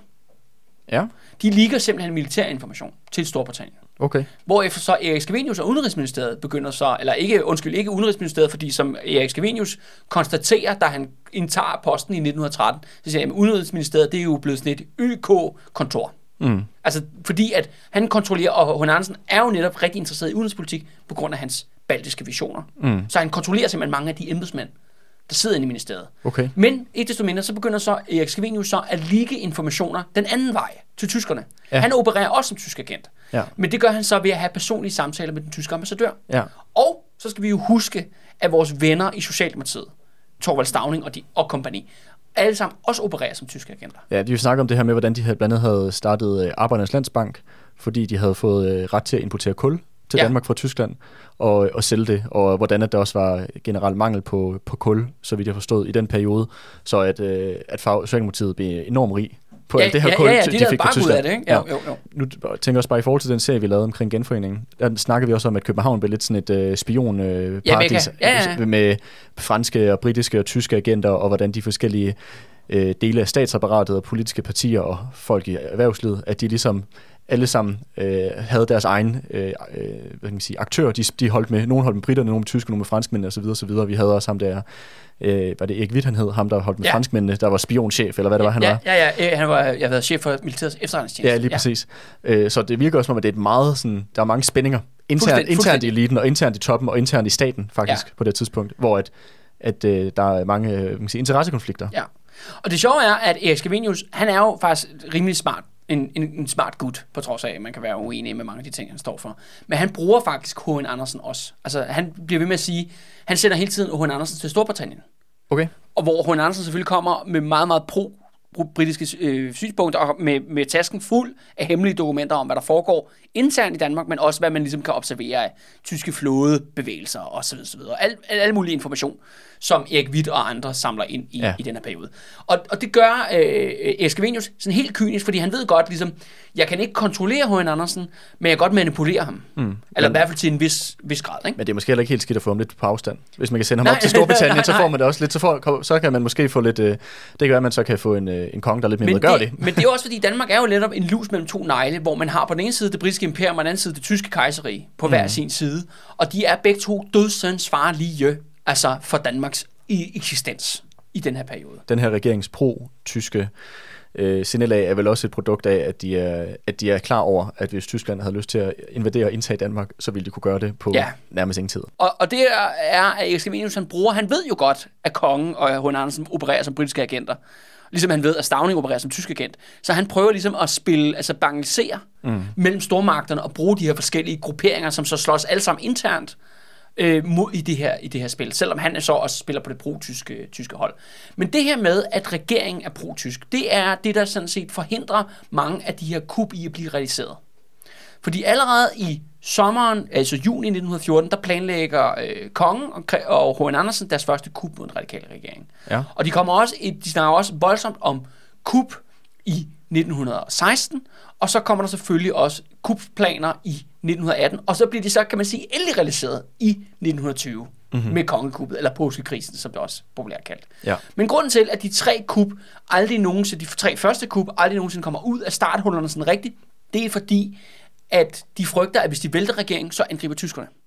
Ja. De ligger simpelthen militær information til Storbritannien. Okay. Hvorefter så Erik Scavenius og Udenrigsministeriet begynder så, eller ikke, undskyld, ikke Udenrigsministeriet, fordi som Erik Scavenius konstaterer, da han indtager posten i nitten tretten, så siger han, at Udenrigsministeriet, det er jo blevet sådan et Y K-kontor. Mm. Altså, fordi at han kontrollerer, og H N. Andersen er jo netop rigtig interesseret i udenrigspolitik på grund af hans baltiske visioner. Mm. Så han kontrollerer simpelthen mange af de embedsmænd, der sidder inde i ministeriet. Okay. Men ikke desto mindre, så begynder så Erik Scavenius så at ligge informationer den anden vej til tyskerne. Ja. Han opererer også som tysk agent. Ja. Men det gør han så ved at have personlige samtaler med den tyske ambassadør. Ja. Og så skal vi jo huske, at vores venner i Socialdemokratiet, Thorvald Stauning og, de, og kompagni, alle sammen også opererer som tyske agenter. Ja, de vil snakke om det her med, hvordan de havde blandt andet havde startet Arbejdernes Landsbank, fordi de havde fået ret til at importere kul til ja. Danmark fra Tyskland og, og sælge det, og hvordan at der også var generelt mangel på, på kul, så vidt jeg forstod, i den periode, så at, øh, at Socialdemokratiet blev enormt rig på ja, alt det her ja, kul, ja, ja, de, de fik fra Tyskland. Af det, ikke? Jo, jo, jo. Nu tænker jeg også bare i forhold til den serie, vi lavede omkring genforeningen, der snakker vi også om, at København blev lidt sådan et øh, spionparadis øh, ja, ja, ja. med franske og britiske og tyske agenter, og hvordan de forskellige øh, dele af statsapparatet og politiske partier og folk i erhvervslivet, at de ligesom alle sammen øh, havde deres egen øh, øh, hvad kan man sige, aktør. De, de holdt med, nogen holdt med britterne, nogen med tyskerne, nogen med franskmændene osv. osv. Vi havde også ham der, øh, var det Erik Witt, han hed, ham der holdt med ja. franskmændene, der var spionchef, eller hvad det var, han ja, var? Ja, ja, han var, jeg har været chef for militærets efterretningstjeneste. Ja, lige præcis. Ja. Øh, så det virker også som, at det er et meget sådan, der er mange spændinger internt, internt i eliten, og internt i toppen, og internt i staten faktisk, ja. på det tidspunkt, hvor at, at øh, der er mange øh, man sige, interessekonflikter. Ja, og det sjove er, at Erik Scavenius, han er jo faktisk rimelig smart. En, en, en smart gut, på trods af, at man kan være uenig med mange af de ting, han står for. Men han bruger faktisk H N. Andersen også. Altså, han bliver ved med at sige, han sender hele tiden H N. Andersen til Storbritannien. Okay. Og hvor H N. Andersen selvfølgelig kommer med meget, meget pro britiske øh, synspunkter, og med, med tasken fuld af hemmelige dokumenter om, hvad der foregår internt i Danmark, men også hvad man ligesom kan observere af tyske flådebevægelser og så videre, så videre. Al, al, al mulig information, som Erik Witt og andre samler ind i, ja. i den her periode. Og, og det gør øh, Erik Scavenius sådan helt kynisk, fordi han ved godt, ligesom, jeg kan ikke kontrollere H N. Andersen, men jeg kan godt manipulere ham. Mm. Eller men, i hvert fald til en vis, vis grad. Ikke? Men det er måske heller ikke helt skidt at få ham lidt på afstand. Hvis man kan sende ham nej, op til Storbritannien, nej, nej, nej. så får man det også lidt, så, får, så kan man måske få lidt, øh, det kan være, at man så kan få en, øh, en konge, der er lidt mere medgørlig. Men det er også fordi, Danmark er jo netop en lus mellem to negle, hvor man har på den ene side det britiske imperium, og på den anden side det tyske kejserrige på hver mm. sin side. Og de er begge to dødsensfarlige, altså for Danmarks eksistens i den her periode. Den her regerings pro-tyske øh, sindelag er vel også et produkt af, at de, er, at de er klar over, at hvis Tyskland havde lyst til at invadere og indtage Danmark, så ville de kunne gøre det på ja. nærmest ingen tid. Og, og det er, at Erik Scavenius, han bruger, han ved jo godt, at kongen og H N. Andersen opererer som britiske agenter. Ligesom han ved, at Stauning opererer som tysk agent. Så han prøver ligesom at spille, altså balancere mm. mellem stormagterne og bruge de her forskellige grupperinger, som så slås alle sammen internt øh, i, det her, i det her spil. Selvom han så også spiller på det pro-tyske tyske hold. Men det her med, at regeringen er pro-tysk, det er det, der sådan set forhindrer mange af de her kup i at blive realiseret. Fordi allerede i sommeren, altså juni nitten fjorten, der planlægger øh, kongen og, og H N. Andersen deres første kup mod den radikale regering. Ja. Og de kommer også, de snakker også voldsomt om kup i nitten seksten, og så kommer der selvfølgelig også kupplaner i nitten atten, og så bliver de så, kan man sige, endelig realiseret i nitten tyve mm-hmm. med kongekuppet, eller påskekrisen, som det også populært kaldt. Ja. Men grunden til, at de tre kup aldrig nogensinde, de tre første kup aldrig nogensinde kommer ud af starthullerne sådan rigtigt, det er fordi, at de frygter, at hvis de vælter regeringen, så angriber tyskerne.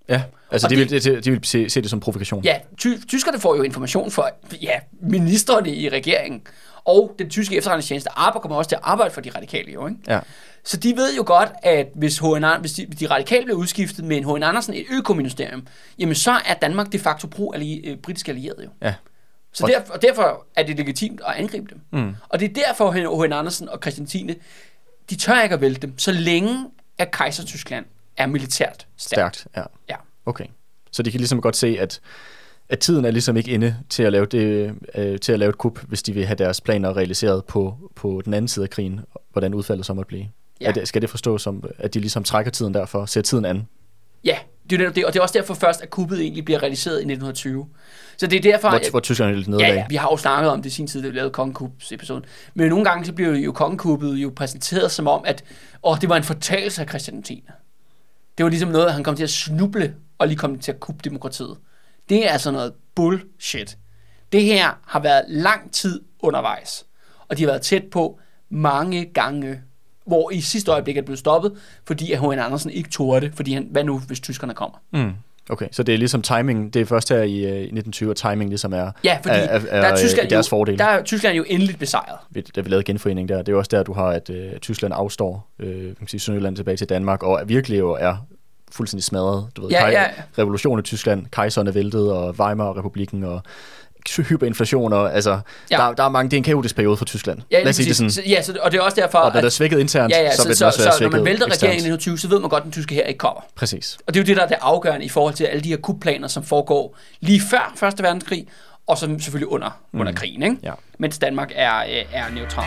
Ja, altså de, det, vil, de, de vil se, se det som provokation. Ja, ty, tyskerne får jo information fra ja, ministerne i regeringen, og den tyske efterretningstjeneste arbejder kommer også til at arbejde for de radikale jo, ikke? Ja. Så de ved jo godt, at hvis, H N, hvis de, de radikale bliver udskiftet med en H N Andersen, et økoministerium, jamen så er Danmark de facto pro-britisk allieret jo. Ja. Så derfor, og derfor er det legitimt at angribe dem. Mm. Og det er derfor, H N Andersen og Christian Tiende, de tør ikke at vælte dem, så længe at Kejser-Tyskland er militært stærkt. Stærkt, ja. Ja. Okay. Så de kan ligesom godt se, at, at tiden er ligesom ikke inde til at lave det, øh, til at lave et kup, hvis de vil have deres planer realiseret på, på den anden side af krigen, hvordan udfaldet så måtte blive. Ja. Er det, skal det forstås som, at de ligesom trækker tiden derfor, ser tiden an? Ja, det er det, og det er også derfor først, at kuppet egentlig bliver realiseret i nitten tyve. Så det er derfor... Hvor, hvor Tyskland er lidt nederlag. Ja, ja, vi har jo snakket om det i sin tid, da vi lavede Kongekups-episoden. Men nogle gange så bliver jo Kongekuppet jo præsenteret som om, at åh, det var en fortalelse af Christian X. Det var ligesom noget, at han kom til at snuble og lige kom til at kuppe demokratiet. Det er altså noget bullshit. Det her har været lang tid undervejs, og de har været tæt på mange gange, hvor i sidste øjeblik er det blevet stoppet, fordi at H N Andersen ikke turde det, fordi han, hvad nu, hvis tyskerne kommer? Mm. Okay, så det er ligesom timing, det er først her i, i nitten tyve, og timing ligesom er, ja, fordi er, er, er der er Tyskland deres jo, fordel. Der er Tyskland jo endeligt besejret. Da vi lavede genforening der, det er jo også der, du har, at øh, Tyskland afstår øh, Sønderjylland tilbage til Danmark, og virkelig jo er fuldstændig smadret. Du ved, ja, ja. Revolution i Tyskland, kejserne er væltet, og Weimar-republikken, og hyperinflation, og altså, ja. der, der er mange, det er en kaotisk periode for Tyskland. Ja, lad os sige det sådan. Så, ja, så, og det er også derfor, og når der er svækket internt, ja, ja, så, så vil så, det også så, være så, svækket når man vælter eksternt. regeringen i nitten tyve, så ved man godt, at den tyske her ikke kommer. Præcis. Og det er jo det, der er det afgørende i forhold til alle de her kupplaner, som foregår lige før første verdenskrig, og så selvfølgelig under, mm. under krigen, ikke? Ja. Mens Danmark er, er neutral.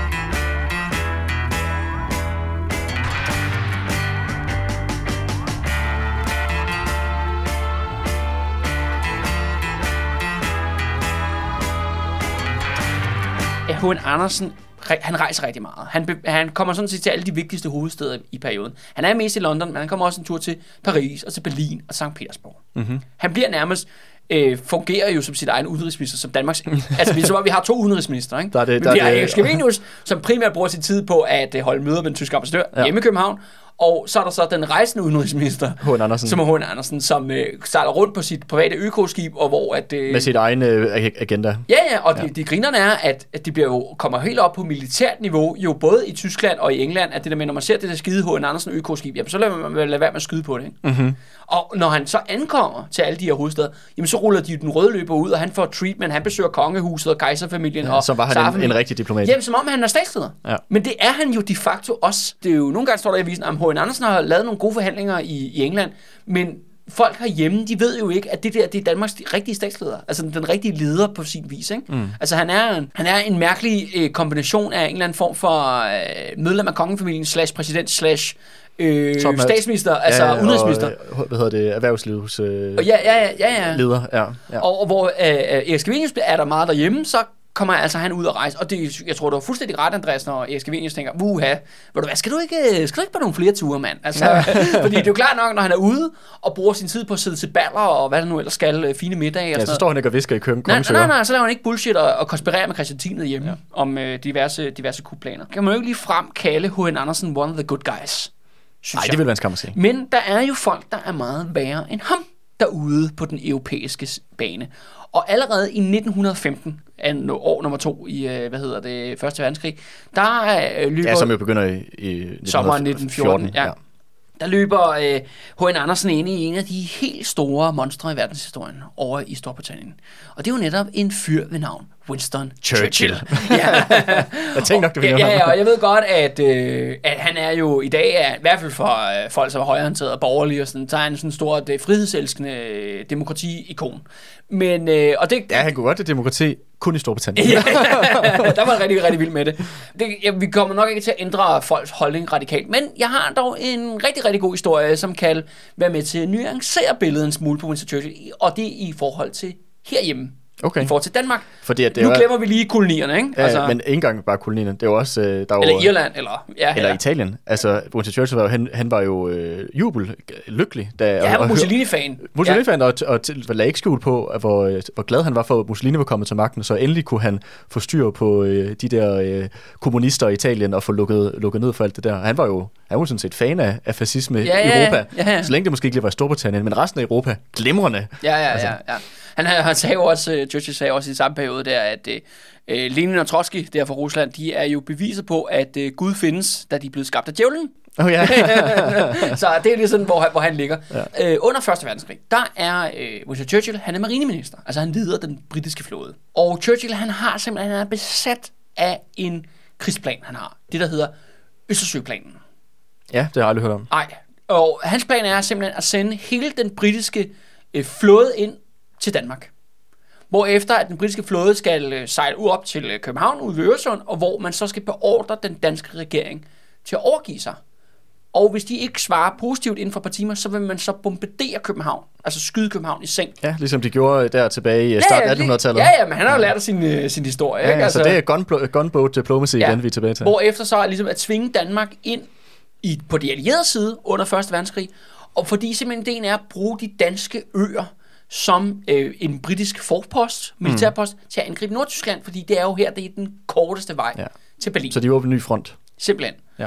H N Andersen, han rejser rigtig meget. Han, be, han kommer sådan set til alle de vigtigste hovedsteder i perioden. Han er mest i London, men han kommer også en tur til Paris, og til Berlin og Sankt Petersborg. Mm-hmm. Han bliver nærmest, øh, fungerer jo som sit egen udenrigsminister, som Danmarks... altså, vi, så, vi har to udenrigsminister, ikke? Der er det, men vi har det, Scavenius, som primært bruger sin tid på at holde møder med den tyske ambassadør ja. hjemme i København, og så er der så den rejsende udenrigsminister, H N Andersen. som er H N Andersen, som øh, sejler rundt på sit private økoskib, og hvor at... Øh, med sit egen øh, agenda. Ja, ja, og ja. de, de grinerne er, at, at de bliver jo, kommer helt op på militært niveau, jo både i Tyskland og i England, at det der med, når man ser det der skide H N Andersen økoskib, jamen så lader man lade være med at skyde på det, ikke? Mm-hmm. Og når han så ankommer til alle de her hovedsteder, jamen så ruller de den røde løber ud, og han får treatment, han besøger kongehuset og kejserfamilien. Ja, og så var han en, en rigtig diplomat. Jamen, som om han er statsleder. Ja. Men det er han jo de facto også. Det er jo, nogle gange står der i avisen, at H N Andersen har lavet nogle gode forhandlinger i, i England, men folk herhjemme, de ved jo ikke, at det der, det er Danmarks rigtige statsleder. Altså den rigtige leder på sin vis, ikke? Mm. Altså han er, en, han er en mærkelig øh, kombination af en eller anden form for øh, medlem af kongefamilien, slash præsident, slash øh, statsminister, altså ja, udenrigsminister. Og, hvad hedder det, erhvervslivs øh, og ja, ja, ja, ja. leder. Ja, ja. Og, og hvor øh, Erik Scavenius er der meget derhjemme, så kommer altså han ud og rejse, og det, jeg tror, du var fuldstændig ret, Andreas, når Erik Scavenius tænker, uha, ved du hvad, skal du ikke, skal du ikke på nogle flere ture, mand? Altså, fordi det er jo klart nok, når han er ude og bruger sin tid på at sidde til baller, og hvad der nu ellers skal, fine middage og ja, sådan så står han ikke og visker i køkken. Nej, nej, nej, nej, så laver han ikke bullshit og, og konspirerer med Christian Tiende hjemme ja. om øh, diverse, diverse kupplaner. Kan man jo ikke lige frem kalde H N Andersen one of the good guys, Nej, det vil man skam at sige. Men der er jo folk, der er meget værre end ham derude på den europæiske bane. Og allerede i nitten femten, år nummer to i, hvad hedder det, Første Verdenskrig, der øh, løber... Ja, som jo begynder i, i sommeren nitten fjorten, ja. ja. Der løber øh, H N Andersen ind i en af de helt store monstre i verdenshistorien over i Storbritannien. Og det er jo netop en fyr ved navn Winston Churchill. Churchill. ja. Jeg tænkte nok, det ville ja, ja, og jeg ved godt, at, øh, at han er jo i dag, er, i hvert fald for øh, folk, som er højreorienterede og borgerlige, og sådan, så er han sådan en stor øh, frihedselskende øh, demokrati-ikon. Men, øh, og det, ja, han kunne godt det demokrati, kun i Storbritannien. ja, der var han rigtig, rigtig vild med det. det ja, vi kommer nok ikke til at ændre folks holdning radikalt, men jeg har dog en rigtig, rigtig god historie, som kan være med til at nuancere billedet en smule på Winston Churchill, og det i forhold til herhjemme. okay. i forhold til Danmark. Fordi at det nu er, glemmer vi lige kolonierne, ikke? Ja, altså, men ikke engang bare kolonierne. Det er jo også... Øh, der eller var, Irland, eller... Ja, eller ja. Italien. Altså, Winston Churchill var jo, han, han var jo øh, jubel, lykkelig. Da, Ja, han var Mussolini-fan. Mussolini-fan, ja. og, og, og lagde ikke skjul på, hvor, hvor glad han var for, at Mussolini var kommet til magten, så endelig kunne han få styr på øh, de der øh, kommunister i Italien og få lukket, lukket ned for alt det der. Han var jo han var sådan set fan af, af fascisme ja, i ja, Europa, ja, ja. så længe det måske ikke lige var i Storbritannien, men resten af Europa, glimrende. Ja, ja, altså. ja, ja. Han, han sagde jo også, uh, Churchill sagde også i samme periode der, at uh, Lenin og Trotsky der fra Rusland, de er jo beviser på, at uh, Gud findes, da de er blevet skabt af djævlen. Oh, ja. Så det er lige sådan, hvor han, hvor han ligger. Ja. Uh, under første verdenskrig, der er uh, Winston Churchill, han er marineminister. Altså han leder den britiske flåde. Og Churchill, han har simpelthen, han er besat af en krigsplan, han har. Det, der hedder Østersøplanen. Ja, det har jeg aldrig hørt om. Nej, og hans plan er simpelthen at sende hele den britiske øh, flåde ind til Danmark. Hvorefter at den britiske flåde skal øh, sejle ud op til øh, København, ud ved Øresund, og hvor man så skal beordre den danske regering til at overgive sig. Og hvis de ikke svarer positivt inden for et par timer, så vil man så bombardere København, altså skyde København i seng. Ja, ligesom de gjorde der tilbage i starten af attenhundredetallet. Ja, ja, men han har jo lært af sin, øh, sin historie. Ja, ikke? Altså, så det er gun, gunboat diplomacy ja, igen, vi er tilbage til. Hvorefter så ligesom at tvinge Danmark ind i, på de allierede side under første verdenskrig, og fordi simpelthen ideen er at bruge de danske øer som øh, en britisk forpost, militærpost, mm. til at angribe Nordtyskland, fordi det er jo her, det er den korteste vej ja. til Berlin. Så de åbner en ny front. Simpelthen. Ja.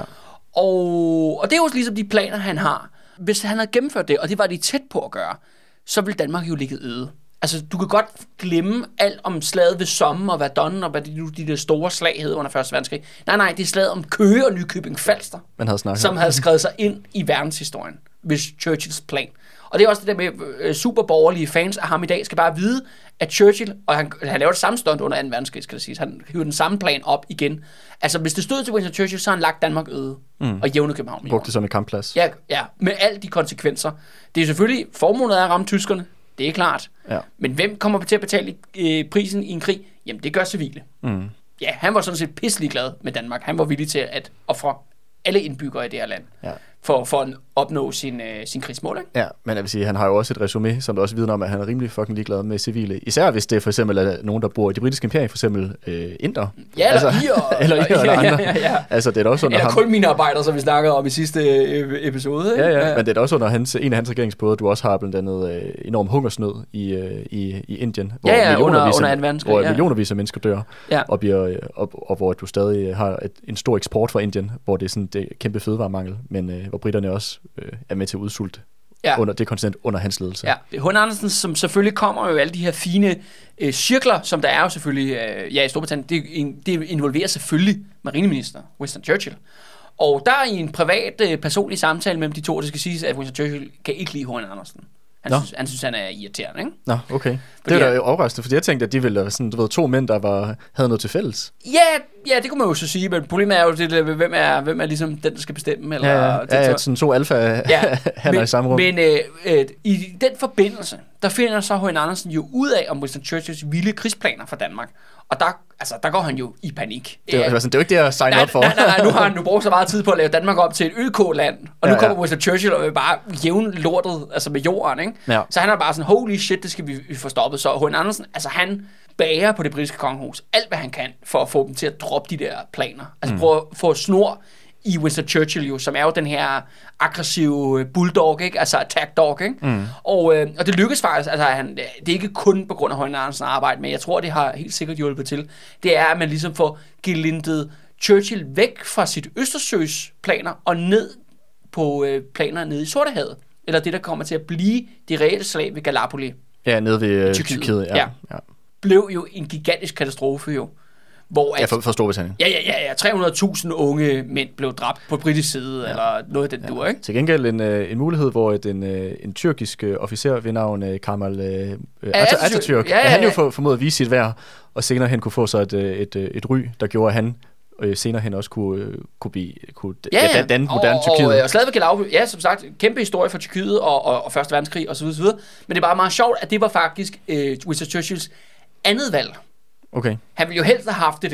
Og, og det er jo ligesom de planer, han har. Hvis han havde gennemført det, og det var de tæt på at gøre, så ville Danmark jo ligge øde. Altså, du kan godt glemme alt om slaget ved Somme og Verdun, og hvad de, de der store slag hed under første verdenskrig. Nej, nej, det er slaget om Køge og Nykøbing Falster, Man havde snakket. som havde skrevet sig ind i verdenshistorien, hvis Churchills plan. Og det er også det der med øh, superborgerlige fans af ham i dag, skal bare vide, at Churchill, og han, han laver det samme stunt under anden verdenskrig, skal det siges, han hiver den samme plan op igen. Altså, hvis det stod til Winston Churchill, så har han lagt Danmark øde mm. og jævnet København. Brugte det som en kampplads. Ja, ja, med alle de konsekvenser. Det er selvfølgelig, formålet er at ramme tyskerne, det er klart. Ja. Men hvem kommer til at betale øh, prisen i en krig? Jamen, det gør civile. Mm. Ja, han var sådan set pisselig glad med Danmark. Han var villig til at ofre alle indbyggere i det her land. Ja. For, for at opnå sin, øh, sin krigsmål, ikke? Ja, men jeg vil sige, han har jo også et resume, som der også vidner om, at han er rimelig fucking ligeglad med civile. Især hvis det for eksempel er nogen, der bor i det britiske imperium, for eksempel øh, inder. Ja, eller altså, irer. eller irer eller andre. Ja, ja, ja. Altså, det er også under eller ham. kulminearbejdere, som vi snakkede om i sidste øh, episode. Ikke? Ja, ja, ja, men det er også under hans, en af hans regeringsperioder, du også har blandt andet øh, enorm hungersnød i, øh, i, i Indien, hvor ja, ja, millionervis, under, under hvor ja. millionervis af mennesker dør, ja. og, bliver, og, og hvor du stadig har et, en stor eksport fra Indien, hvor det er sådan det kæmpe fødevaremangel, men øh, hvor britterne også øh, er med til at udsulte ja. under det kontinent under hans ledelse. Ja, H N Andersen, som selvfølgelig kommer jo alle de her fine øh, cirkler, som der er jo selvfølgelig øh, ja, i Storbritannien, det, det involverer selvfølgelig marineminister Winston Churchill. Og der er i en privat øh, personlig samtale mellem de to, det skal siges, at Winston Churchill kan ikke lide H N Andersen. Han synes, han synes, han er irriterende, ikke? Nå, okay. Fordi det er da overraskende, fordi jeg tænkte, at de ville være sådan, du ved, to mænd, der var, havde noget til fælles. Ja, ja, det kunne man jo så sige, men problemet er jo, det, hvem, er, hvem er ligesom den, der skal bestemme? Eller, ja, ja, ja, sådan to alfa ja, han er i samme rum. Men øh, øh, i den forbindelse, der finder så H N Andersen jo ud af, om Winston Churchills vilde krigsplaner for Danmark. Og der, altså, der går han jo i panik. Det er, øh, sådan, det er jo ikke det, jeg signer op for. Nej, nej, nej, nu har han nu brugt så meget tid på at lave Danmark op til et Ø K-land, og nu ja, kommer ja. Winston Churchill og vil bare jævne lortet altså med jorden, ikke? Ja. Så han er bare sådan, holy shit, det skal vi, vi få stoppet. Så H N Andersen, altså han bager på det britiske kongehus alt, hvad han kan, for at få dem til at droppe de der planer. Altså mm. prøve at få snor i Winston Churchill jo, som er jo den her aggressive bulldog, ikke? Altså attack dog, ikke? Mm. Og, øh, og det lykkes faktisk, altså han, det er ikke kun på grund af H N Andersens arbejde, men jeg tror, det har helt sikkert hjulpet til. Det er, at man ligesom får gelindet Churchill væk fra sit Østersøs planer og ned på øh, planer nede i Sortehavet. Eller det, der kommer til at blive de reelle slag ved Gallipoli. Ja, nede ved Tyrkiet. Ja. Ja. Ja. Blev jo en gigantisk katastrofe jo. Hvor at, ja, for, for Storbritannien. Ja, ja, ja, ja. tre hundrede tusind unge mænd blev dræbt på britisk side, ja. Eller noget af den ja. Dur, ikke? Til gengæld en, en mulighed, hvor et, en, en tyrkisk officer ved navn Kemal uh, Atatürk, ja, ja, ja. han jo for, formåede at vise sit værd, og senere hen kunne få så et, et, et, et ry, der gjorde, at han øh, senere hen også kunne, kunne blive kunne, ja, ja. danne moderne Tyrkiet. Og, og, og slaget ved Gallipoli, ja, som sagt, kæmpe historie for Tyrkiet og, og, og første verdenskrig osv. osv. Men det er bare meget sjovt, at det var faktisk øh, Winston Churchills andet valg. Okay. Han ville jo helst have haft det der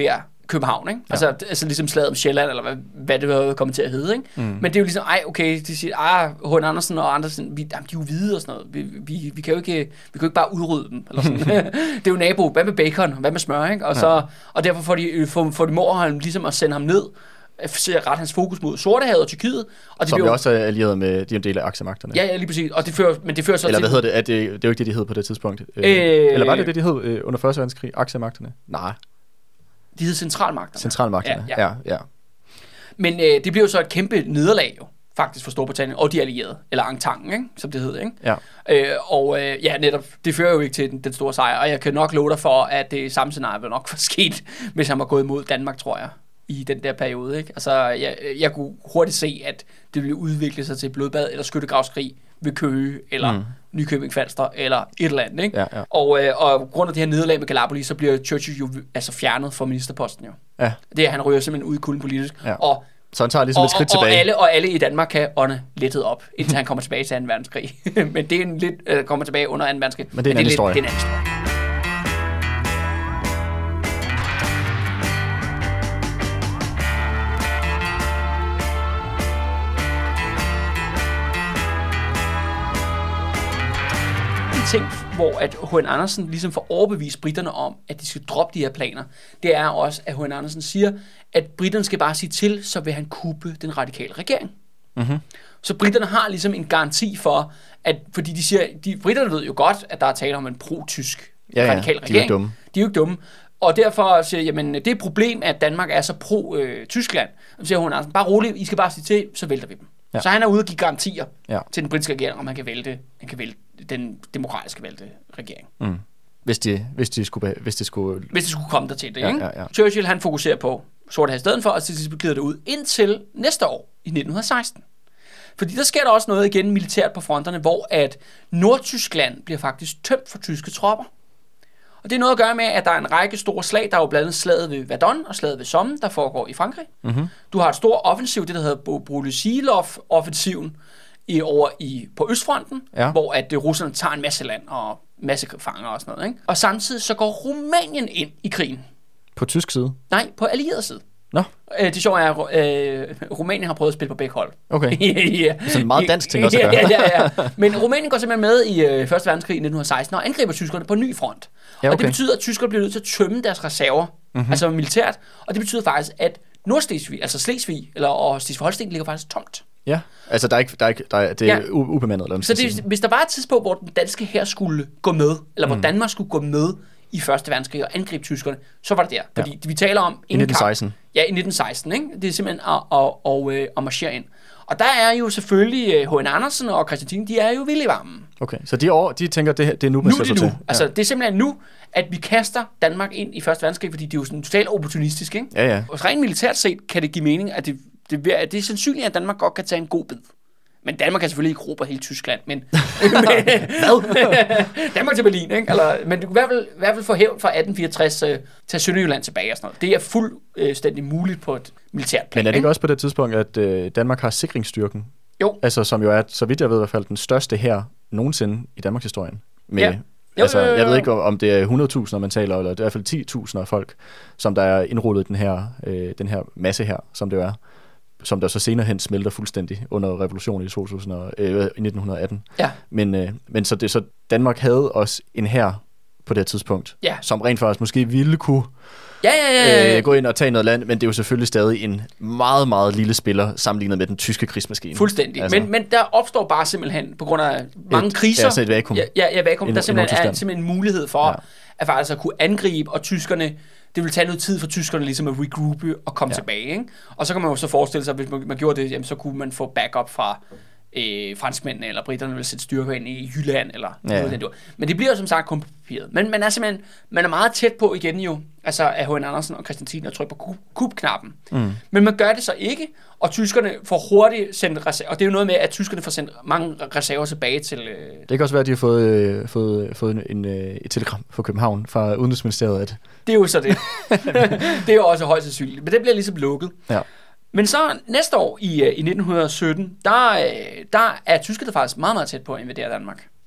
København, ikke? Ja. Altså, altså ligesom slaget om Sjælland, eller hvad, hvad det var kommet til at hedde, ikke? Mm. Men det er jo ligesom, ej, okay, de siger, ah, H N. Andersen og andre, sådan, vi, jamen, de er jo hvide og sådan noget. Vi, vi, vi, kan jo ikke, vi kan jo ikke bare udrydde dem, eller sådan. Det er jo nabo, hvad med bacon, hvad med smør, ikke? Og, så, ja. og derfor får de, får, får de Morholm ligesom at sende ham ned, ser ret hans fokus mod Sortehavet og Tyrkiet. Og som jo jo også er allieret med de en del af aktiemagterne. Ja, ja, lige præcis. Og det fører, men det fører så eller til... hvad hedder det? Er det? Det er jo ikke det, de hed på det tidspunkt. Øh, eller var det det, de hed øh, under første verdenskrig? Aktiemagterne? Nej. De hed centralmagterne. Centralmagterne, ja. ja, ja. Men øh, det blev jo så et kæmpe nederlag jo, faktisk for Storbritannien og de allierede, eller Ententen, ikke? Som det hed, ikke? Ja. Øh, og øh, ja, netop, det fører jo ikke til den, den store sejr, og jeg kan nok love dig for, at det samme scenarie ville nok var sket, hvis han var gået imod Danmark, tror jeg, i den der periode, ikke? Altså, jeg, jeg kunne hurtigt se, at det ville udvikle sig til blodbad eller skyttegravskrig ved Køge, eller mm. Nykøbing Falster, eller et eller andet, ikke? Ja, ja. Og, øh, og grund af det her nederlag med Gallipoli, så bliver Churchill jo altså fjernet fra ministerposten, jo. Ja. Det er, han ryger simpelthen ud i kulden politisk, ja. og så han tager ligesom og, et skridt og, tilbage. Og alle, og alle i Danmark kan ånde lettet op, indtil han kommer tilbage til anden verdenskrig. Men det er en lidt, øh, kommer tilbage under anden verdenskrig. Men det er en anden historie. Det er en anden historie. Ting, hvor at H N. Andersen ligesom får overbevist britterne om, at de skal droppe de her planer, det er også, at H N. Andersen siger, at britterne skal bare sige til, så vil han kuppe den radikale regering. Mm-hmm. Så britterne har ligesom en garanti for, at, fordi de siger, de britterne ved jo godt, at der er tale om en pro-tysk ja, ja, radikal regering. De er jo ikke dumme. De er jo ikke dumme. Og derfor siger jamen det er et problem, at Danmark er så pro-Tyskland. Så siger H N. Andersen, bare roligt, I skal bare sige til, så vælter vi dem. Ja. Så han er ude og give garantier ja. til den britiske regering, om han kan vælte, han kan vælte den demokratiske valgte regering. Mm. Hvis de hvis de skulle hvis det skulle hvis det skulle komme der til det, ja, ikke? Ja, ja. Churchill han fokuserer på Sortehavet i stedet for, og til sidst glider det ud indtil næste år i nitten seksten. Fordi der sker der også noget igen militært på fronterne, hvor at Nordtyskland bliver faktisk tømt for tyske tropper. Og det er noget at gøre med, at der er en række store slag. Der er jo blandt andet slaget ved Verdun og slaget ved Somme, der foregår i Frankrig. Mm-hmm. Du har et stort offensiv, det der hedder Brühl-Silov-offensiven, i, over i, på Østfronten, ja. hvor at det, russerne tager en masse land og masse fanger og sådan noget. Ikke? Og samtidig så går Rumænien ind i krigen. På tysk side? Nej, på allieret side. Nå. Øh, det sjove er, at øh, Rumænien har prøvet at spille på begge hold. Okay. ja. Det er sådan en meget dansk ting også at gøre. ja, ja, ja. Men Rumænien går simpelthen med i øh, første verdenskrig i nitten seksten og angriber tyskerne på en ny front. Ja, okay. Og det betyder, at tyskerne bliver nødt til at tømme deres reserver, mm-hmm. altså militært. Og det betyder faktisk, at Nordslesvig, altså Slesvig eller og Slesvig-Holsten ligger faktisk tomt. Ja, altså der er ikke, der er ikke, der er, det er ja. ubemandet. Eller så det, hvis der var et tidspunkt, hvor den danske hær skulle gå med, eller hvor mm. Danmark skulle gå med i første verdenskrig og angribe tyskerne, så var det der. Fordi ja. vi taler om... I nitten seksten. Kamp. Ja, i nitten seksten, ikke? Det er simpelthen at, at, at, at, at marchere ind. Og der er jo selvfølgelig H N. Andersen og Christian Thieme, de er jo vilde i varmen. Okay, så de, år, de tænker, det, det er nu, man nu skal nu. til. Altså, ja. det er simpelthen nu, at vi kaster Danmark ind i første verdenskrig, fordi det er jo sådan totalt opportunistisk, ikke? Ja, ja. Og rent militært set kan det give mening, at det, det, det er sandsynligt, at Danmark godt kan tage en god bid. Men Danmark kan selvfølgelig ikke råbe hele Tyskland, men... Hvad? Danmark til Berlin, ikke? Eller, men du kan i hvert fald, i hvert fald få hævn fra atten fireogtres øh, til Sønderjylland tilbage og sådan noget. Det er fuldstændig muligt på et militært plan. Men er det ikke også på det tidspunkt, at øh, Danmark har sikringsstyrken? Jo. Altså, som jo er, så vidt jeg ved i hvert fald, den største hær nogensinde i Danmarks historien. Med, ja. Jo, altså, jo, jo, jo. jeg ved ikke, om det er hundrede tusinder, man taler, eller det er i hvert fald ti tusinder af folk, som der er indrullet den her, øh, den her masse her, som det jo er. Som der så senere hen smelter fuldstændig under revolutionen i, to tusind og, øh, i nitten atten. Ja. Men, øh, men så, det, så Danmark havde også en hær på det her tidspunkt, ja. som rent faktisk måske ville kunne ja, ja, ja, ja. Øh, gå ind og tage noget land, men det er jo selvfølgelig stadig en meget, meget lille spiller sammenlignet med den tyske krigsmaskine. Fuldstændig. Altså. Men, men der opstår bare simpelthen, på grund af mange et, kriser... Altså et vakuum. Ja, ja, ja vakuum. Der simpelthen er simpelthen en mulighed for, ja. at faktisk at kunne angribe, og tyskerne... Det vil tage noget tid for tyskerne ligesom at regroupe og komme ja. tilbage, ikke? Og så kan man jo så forestille sig, at hvis man, man gjorde det, jamen, så kunne man få backup fra øh, franskmændene, eller britterne vil sætte styrker ind i Jylland, eller ja. noget den der. Men det bliver jo som sagt kun på papiret. Men man er simpelthen man er meget tæt på igen jo, altså af H N. Andersen og Christian Thieme at trykke på kub-knappen. Mm. Men man gør det så ikke, og tyskerne får hurtigt sendt reserver, og det er jo noget med, at tyskerne får sendt mange reserver tilbage til... Øh... Det kan også være, at de har fået, øh, fået, fået en, en, et telegram fra København, fra Udenrigsministeriet. At... Det er jo så det. Det er jo også højst sandsynligt, men det bliver ligesom lukket. Ja. Men så næste år i, i nitten sytten, der, der er tyskerne faktisk meget, meget tæt på at invadere Danmark.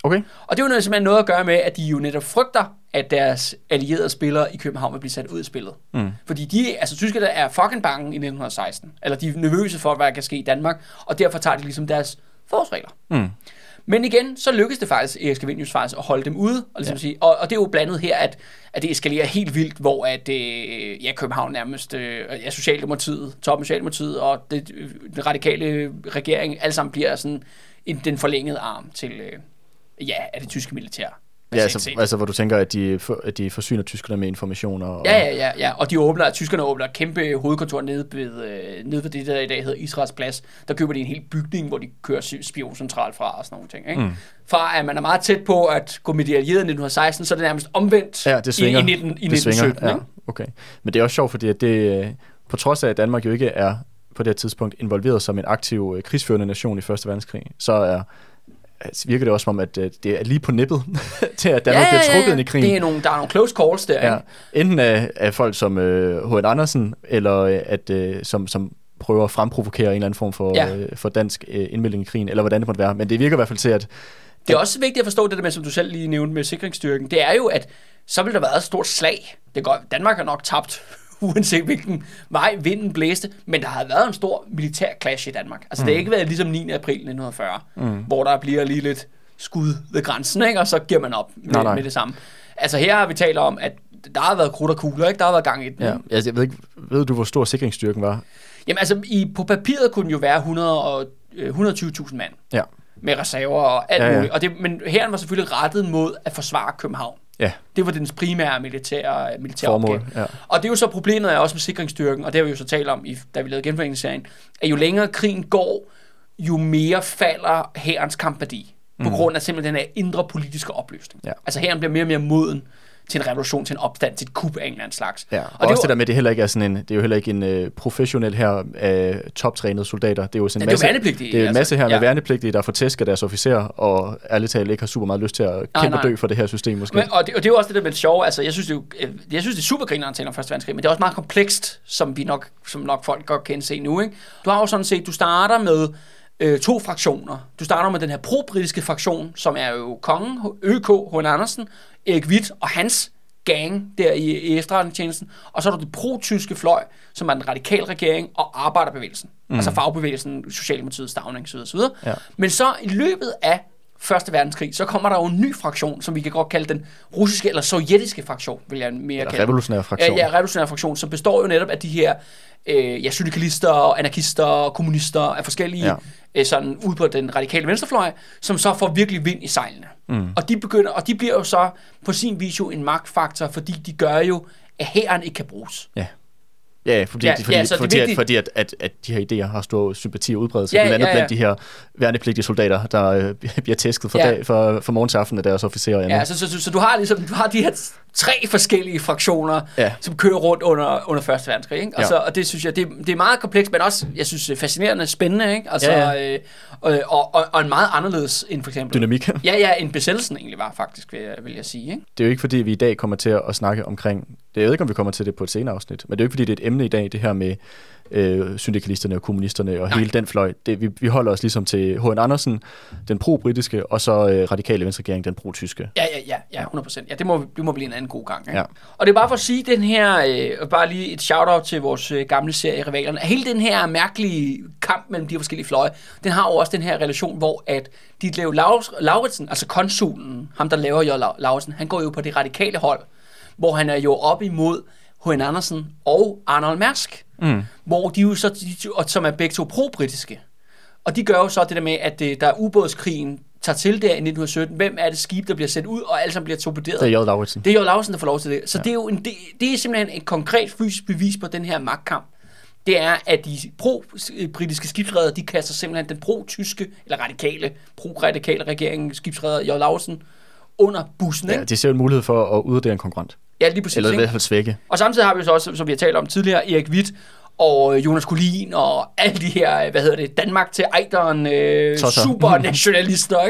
Okay. Og det er jo noget, simpelthen noget at gøre med, at de jo netop frygter, at deres allierede spillere i København vil blive sat ud af spillet. Mm. Fordi de, altså tyskerne er fucking bange i nitten seksten. Eller de er nervøse for, hvad der kan ske i Danmark. Og derfor tager de ligesom deres forholdsregler. Mm. Men igen, så lykkedes det faktisk, Erik Scavenius faktisk, at holde dem ude. Og, ligesom ja. sige, og, og det er jo blandet her, at, at det eskalerer helt vildt, hvor at, øh, ja, København nærmest, øh, ja, Socialdemokratiet, toppen Socialdemokratiet og det, den radikale regering, alle sammen bliver sådan en, den forlængede arm til, øh, ja, af det tyske militær. Ja, altså, altså hvor du tænker, at de, for, at de forsyner tyskerne med informationer. Og... Ja, ja, ja, ja, og de åbner, tyskerne åbner et kæmpe hovedkontor nede ved, øh, nede ved det, der i dag hedder Israels Plads. Der køber de en hel bygning, hvor de kører spioncentral fra og sådan nogle ting. Ikke? Mm. Fra at man er meget tæt på at gå med de allierede i nitten seksten, så er det nærmest omvendt ja, det svinger. i, i, nitten, i nitten sytten. Ja, okay. Men det er også sjovt, fordi at det, på trods af, at Danmark jo ikke er på det her tidspunkt involveret som en aktiv krigsførende nation i Første Verdenskrig, så er virker det også som om, at det er lige på nippet til, at Danmark ja, ja, ja. bliver trukket ind i krigen. Det er nogle, der er nogle close calls der. Ja. Enten af, af folk som øh, H N. Andersen, eller at, øh, som, som prøver at fremprovokere en eller anden form for, ja. øh, for dansk øh, indmelding i krigen, eller hvordan det måtte være. Men det virker i hvert fald til, at... Det er også vigtigt at forstå det der med, som du selv lige nævnte med sikringsstyrken. Det er jo, at så vil der være et stort slag. Det går, Danmark har nok tabt, uanset hvilken vej vinden blæste, men der har været en stor militær clash i Danmark. Altså mm. det har ikke været ligesom niende april nitten fyrre, mm. hvor der bliver lige lidt skud ved grænsen, ikke? Og så giver man op med, nej, nej. med det samme. Altså her har vi talt om, at der har været krudt og kugler, ikke? Der har været gang i den. Ja. Altså, jeg ved ikke, ved du, hvor stor sikringsstyrken var? Jamen altså, i, på papiret kunne den jo være hundrede og tyve tusind mand. Ja. Med reserver og alt ja, ja. muligt. Og det, men hæren var selvfølgelig rettet mod at forsvare København. Ja. Det var dens primære militære, militære opgave. Ja. Og det er jo så problemet er også med sikringsstyrken, og det har vi jo så talt om, i, da vi lavede genforeningsserien, at jo længere krigen går, jo mere falder hærens kampværdi. På mm. grund af simpelthen den her indre politiske opløsning. Ja. Altså hæren bliver mere og mere moden til en revolution, til en opstand, til et kup af en eller anden slags. Ja, og, og det også jo, det der med, det heller ikke er sådan en, det er jo heller ikke en uh, professionel her af toptrænede soldater. Det er jo sådan en ja, masse, det er, det er en masse her med ja. værnepligtige, der får tæsk af deres officerer, og ærligt talt ikke har super meget lyst til at kæmpe og dø for det her system måske. Men, og, det, og det er jo også det der med det sjove, altså jeg synes det, jo, jeg synes det er super grinerende til om Første Verdenskrig, men det er også meget komplekst, som vi nok, som nok folk godt kan se nu, ikke? Du har jo sådan set, du starter med øh, to fraktioner. Du starter med den her pro-britiske fraktion, som er jo kongen, Ø K, H N. Andersen, Erik Hvidt og hans gang der i, i efterretningstjenesten, og så er der det pro-tyske fløj, som er den radikale regering og arbejderbevægelsen, mm. altså fagbevægelsen, Socialdemokratiet, Stauning, så videre. Ja. Men så i løbet af Første Verdenskrig, så kommer der jo en ny fraktion, som vi kan godt kalde den russiske eller sovjetiske fraktion, vil jeg mere eller kalde revolutionære fraktion. Ja, ja, revolutionære fraktion, som består jo netop af de her øh, ja, syndikalister, anarkister, kommunister af forskellige, ja. øh, sådan ud på den radikale venstrefløj, som så får virkelig vind i sejlene. Mm. Og de begynder, og de bliver jo så på sin vis jo en magtfaktor, fordi de gør jo, at hæren ikke kan bruges. Ja. Ja, fordi, ja, fordi, ja, fordi, at, fordi at, at, at de her idéer har stor sympati og udbredelse. Ja, blandt andet ja, ja. blandt de her værnepligtige soldater, der øh, bliver tæsket fra, ja. dag, for, for morgen til aften af deres officerer. Ja, så, så, så, så du har ligesom du har de her tre forskellige fraktioner, ja. som kører rundt under, under Første Verdenskrig. Ikke? Og, ja. så, og det synes jeg, det, det er meget komplekst, men også, jeg synes, fascinerende, spændende. Ikke? Altså, ja, ja. Øh, og, og, og en meget anderledes end for eksempel... Dynamik. Ja, ja, end besættelsen egentlig var faktisk, vil jeg, vil jeg sige. Ikke? Det er jo ikke, fordi vi i dag kommer til at snakke omkring... Jeg ved ikke, om vi kommer til det på et senere afsnit, men det er jo ikke, fordi det er et emne i dag, det her med øh, syndikalisterne og kommunisterne og Nej. hele den fløj. Det, vi, vi holder os ligesom til H N. Andersen, den pro-britiske, og så øh, radikale venstregering, den pro-tyske. Ja, ja, ja, ja, hundrede procent. Ja, det må, det må blive en anden god gang. Ikke? Ja. Og det er bare for at sige den her, øh, bare lige et shout-out til vores øh, gamle serie Rivalerne. Hele den her mærkelige kamp mellem de forskellige fløje, den har jo også den her relation, hvor at Ditlev Lauritzen, altså konsulen, ham der laver jo Lauritzen, han går jo på det radikale hold, hvor han er jo op imod H N. Andersen og Arnold Mærsk, mm. hvor de jo så, de, som er begge to pro-britiske. Og de gør jo så det der med, at det, der er ubådskrigen tager til der i nitten sytten. Hvem er det skib, der bliver sendt ud, og alle sammen bliver torpederet? Det er J. Lauritzen. Det er J. Lauritzen, der får lov til det. Så ja. det, er jo en, det, det er simpelthen et konkret fysisk bevis på den her magtkamp. Det er, at de pro-britiske skibsredere, de kaster simpelthen den pro-tyske, eller radikale, pro-radikale regering, skibsredder J. Lauritzen, under bussen. Ja, de ser en mulighed for at udradere en konkurrent. Ja, lige præcis. Eller i hvert fald svække. Og samtidig har vi så også, som vi har talt om tidligere, Erik Hvidt og Jonas Collin og alle de her, hvad hedder det, Danmark til Ejderen, øh, supernationalister, ikke?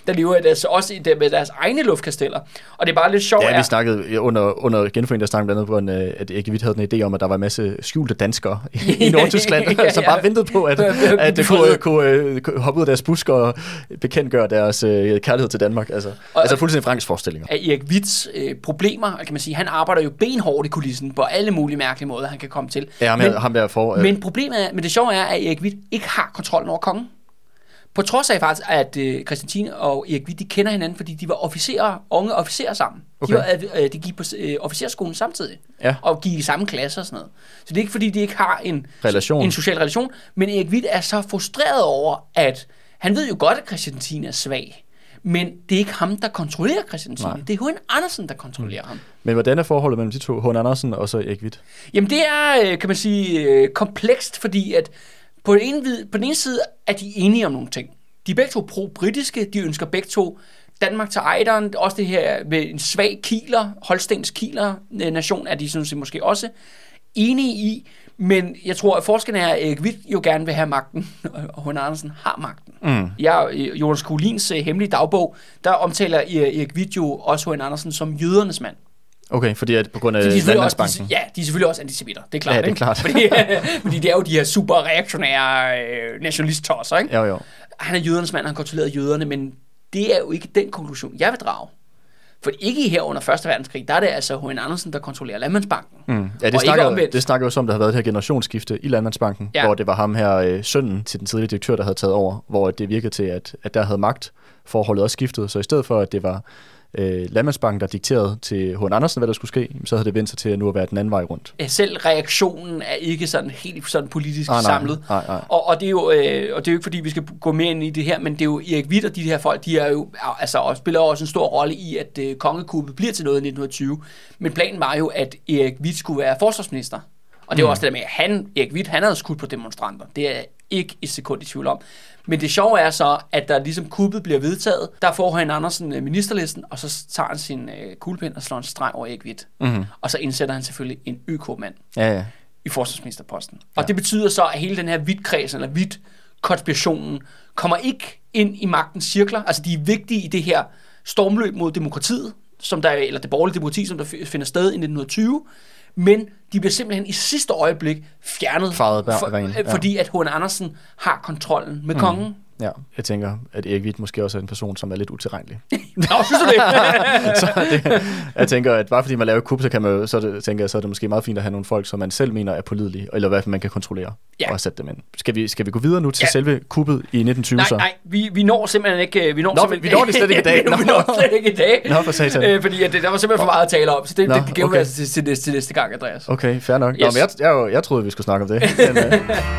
der lever deres, også i det, med deres egne luftkasteller. Og det er bare lidt sjovt. Ja, vi snakkede under, under genforeningen, der snakkede blandt andet på, en, at Erik Hvidt havde en idé om, at der var en masse skjulte danskere i, i Nordtyskland, ja, ja. som bare ventede på, at, at det kunne, kunne, kunne hoppe ud af deres busk og bekendtgøre deres øh, kærlighed til Danmark. Altså, og, altså fuldstændig fransk forestillinger. Erik Hvidts øh, problemer, kan man sige, han arbejder jo benhårdt i kulissen på alle mulige mærkelige måder, han kan komme til. Ja, men, ham der for, øh. men problemet er, men det sjove er, at Erik Hvidt ikke har kontrollen over kongen. På trods af faktisk, at øh, Christian og Erik Hvidt, de kender hinanden, fordi de var officerer, unge officerer sammen. Okay. De, var, øh, de gik på øh, officerskolen samtidig, ja. og gik i samme klasse og sådan noget. Så det er ikke fordi, de ikke har en, relation. en social relation, men Erik Hvidt er så frustreret over, at han ved jo godt, at Christian er svag, men det er ikke ham, der kontrollerer Christian. Det er H N. Andersen, der kontrollerer mm. ham. Men hvordan er forholdet mellem de to, H N. Andersen og så Erik Hvidt? Jamen det er, kan man sige, komplekst, fordi at på den ene, på den ene side er de enige om nogle ting. De er begge to pro-britiske, de ønsker begge to Danmark til ejderen, også det her med en svag kiler, Holstens kiler-nation, er de sådan set måske også enige i, men jeg tror, at forskellen er, at Erik Hvidt jo gerne vil have magten, og H N. Andersen har magten. Mm. Jeg, Jonas Kuhlins uh, hemmelige dagbog, der omtaler Erik Hvidt jo også H N. Andersen som jødernes mand. Okay, fordi at på grund af Landmandsbanken. Ja, de er selvfølgelig også antisemitter, det er klart. Ja, det er klart. Fordi, fordi det er jo de her super reaktionære øh, nationalisttosser, ikke? Jo, jo. Han er jødernes mand, han kontrollerer jøderne, men det er jo ikke den konklusion, jeg vil drage. For ikke her under første verdenskrig, der er det altså H N. Andersen, der kontrollerer Landmandsbanken. Mm. Ja, det snakker, det snakker jo som, der har været det her generationsskifte i Landmandsbanken, ja. hvor det var ham her, øh, sønnen til den tidligere direktør, der havde taget over, hvor det virkede til, at, at der havde magt, forholdet også skiftet, så i stedet for, at det var øh, Landmandsbanken, der dikterede til H N. Andersen, hvad der skulle ske, så havde det vendt sig til at nu at være den anden vej rundt. Selv reaktionen er ikke sådan helt sådan politisk ah, nej, samlet. Nej, nej. Og, og, det er jo, øh, og det er jo ikke fordi, vi skal gå mere ind i det her, men det er jo Erik Hvidt og de her folk, de er jo, altså, og spiller også en stor rolle i, at øh, kongekuppet bliver til noget i nitten tyve. Men planen var jo, at Erik Hvidt skulle være forsvarsminister. Og det er mm. også det der med, at han, Erik Hvidt, han havde skudt på demonstranter. Det er jeg ikke et sekund i tvivl om. Men det sjove er så, at der ligesom kuppet bliver vedtaget, der får H N. Andersen ministerlisten, og så tager han sin øh, kuglepind og slår en streg over Erik Hvidt. Mm-hmm. Og så indsætter han selvfølgelig en Ø K-mand ja, ja. i forsvarsministerposten. Ja. Og det betyder så, at hele den her Hvidt-kredsen, eller Hvidt-konspirationen, kommer ikke ind i magtens cirkler. Altså de er vigtige i det her stormløb mod demokratiet, som der, eller det borgerlige demokrati, som der finder sted i nitten tyve. Men de bliver simpelthen i sidste øjeblik fjernet, for, ja. fordi at H N. Andersen har kontrollen med kongen. Mm. Ja, jeg tænker, at Erik Hvidt måske også er en person, som er lidt utilregnelig. Nå, synes du det? så det, jeg tænker, at bare fordi man laver et kup, så kan man jo, så det, tænker jeg, så er det måske meget fint at have nogle folk, som man selv mener er pålidelige, eller hvad man kan kontrollere ja. og sætte dem ind. Skal vi, skal vi gå videre nu til ja. selve kuppet i nitten tyve? Nej, så? nej, vi, vi når simpelthen ikke... Vi når, Nå, simpelthen, vi når det slet ikke i dag. vi når slet ikke i dag. Nå, for satan. Øh, fordi at det, der var simpelthen for meget at tale om, så det, Nå, det, det gemmer vi altså til, til, til næste gang, Andreas. Okay, fair nok. Yes. Nå, men jeg, jeg, jeg troede, vi skulle snakke om det. Men, uh...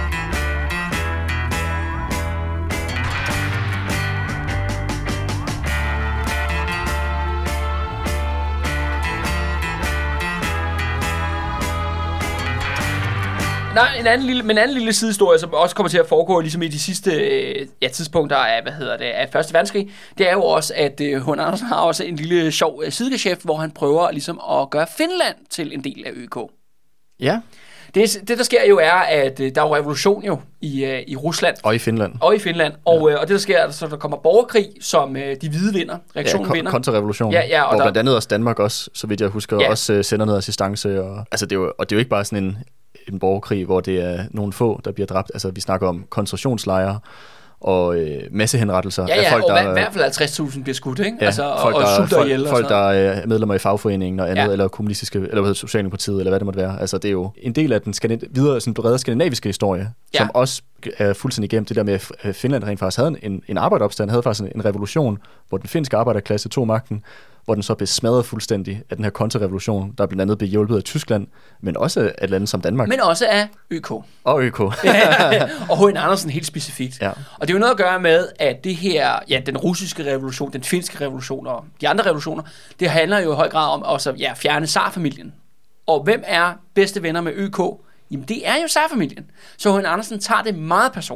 Nej, en anden lille, men en anden lille sidehistorie, som også kommer til at foregå ligesom i de sidste ja, tidspunkter af, hvad hedder det, af første verdenskrig, det er jo også, at uh, H N. Andersen har også en lille sjov uh, sidegeschæft, hvor han prøver ligesom at gøre Finland til en del af Ø K. Ja. Det, det der sker jo er, at uh, der er jo revolution jo i, uh, i Rusland. Og i Finland. Og i Finland. Og, ja. uh, og det der sker, så der kommer borgerkrig, som uh, de hvide vinder. Reaktionen ja, vinder. Kontrarevolution. Ja, ja, og hvor der... blandt andet også Danmark også, så vidt jeg husker, ja. også uh, sender noget assistance. Og, altså, det er jo, og det er jo ikke bare sådan en en borgerkrig, hvor det er nogle få, der bliver dræbt. Altså, vi snakker om koncentrationslejre og øh, massehenrettelser. Ja, ja, af folk, og der, i hvert fald halvtreds tusind bliver skudt, ikke? Ja, altså, folk, og, og der, folk, ihjel, folk der er medlemmer i fagforeningen og andet, ja. eller kommunistiske, eller hvad Socialdemokratiet, eller hvad det måtte være. Altså, det er jo en del af den skandin- videre, sådan brede skandinaviske historie, ja. som også er fuldstændig igennem det der med, at Finland rent faktisk havde en, en arbejderopstand, havde faktisk en, en revolution, hvor den finske arbejderklasse tog magten, hvor den så blev smadret fuldstændig af den her kontrarevolution, der blandt andet blev hjulpet af Tyskland, men også af lande som Danmark. Men også af Ø K. Og Ø K. Og H N. Andersen helt specifikt. Ja. Og det er jo noget at gøre med, at det her, ja, den russiske revolution, den finske revolution og de andre revolutioner, det handler jo i høj grad om også at ja, fjerne zarfamilien. Og hvem er bedste venner med Ø K? Jamen, det er jo zarfamilien. Så H N. Andersen tager det meget personligt.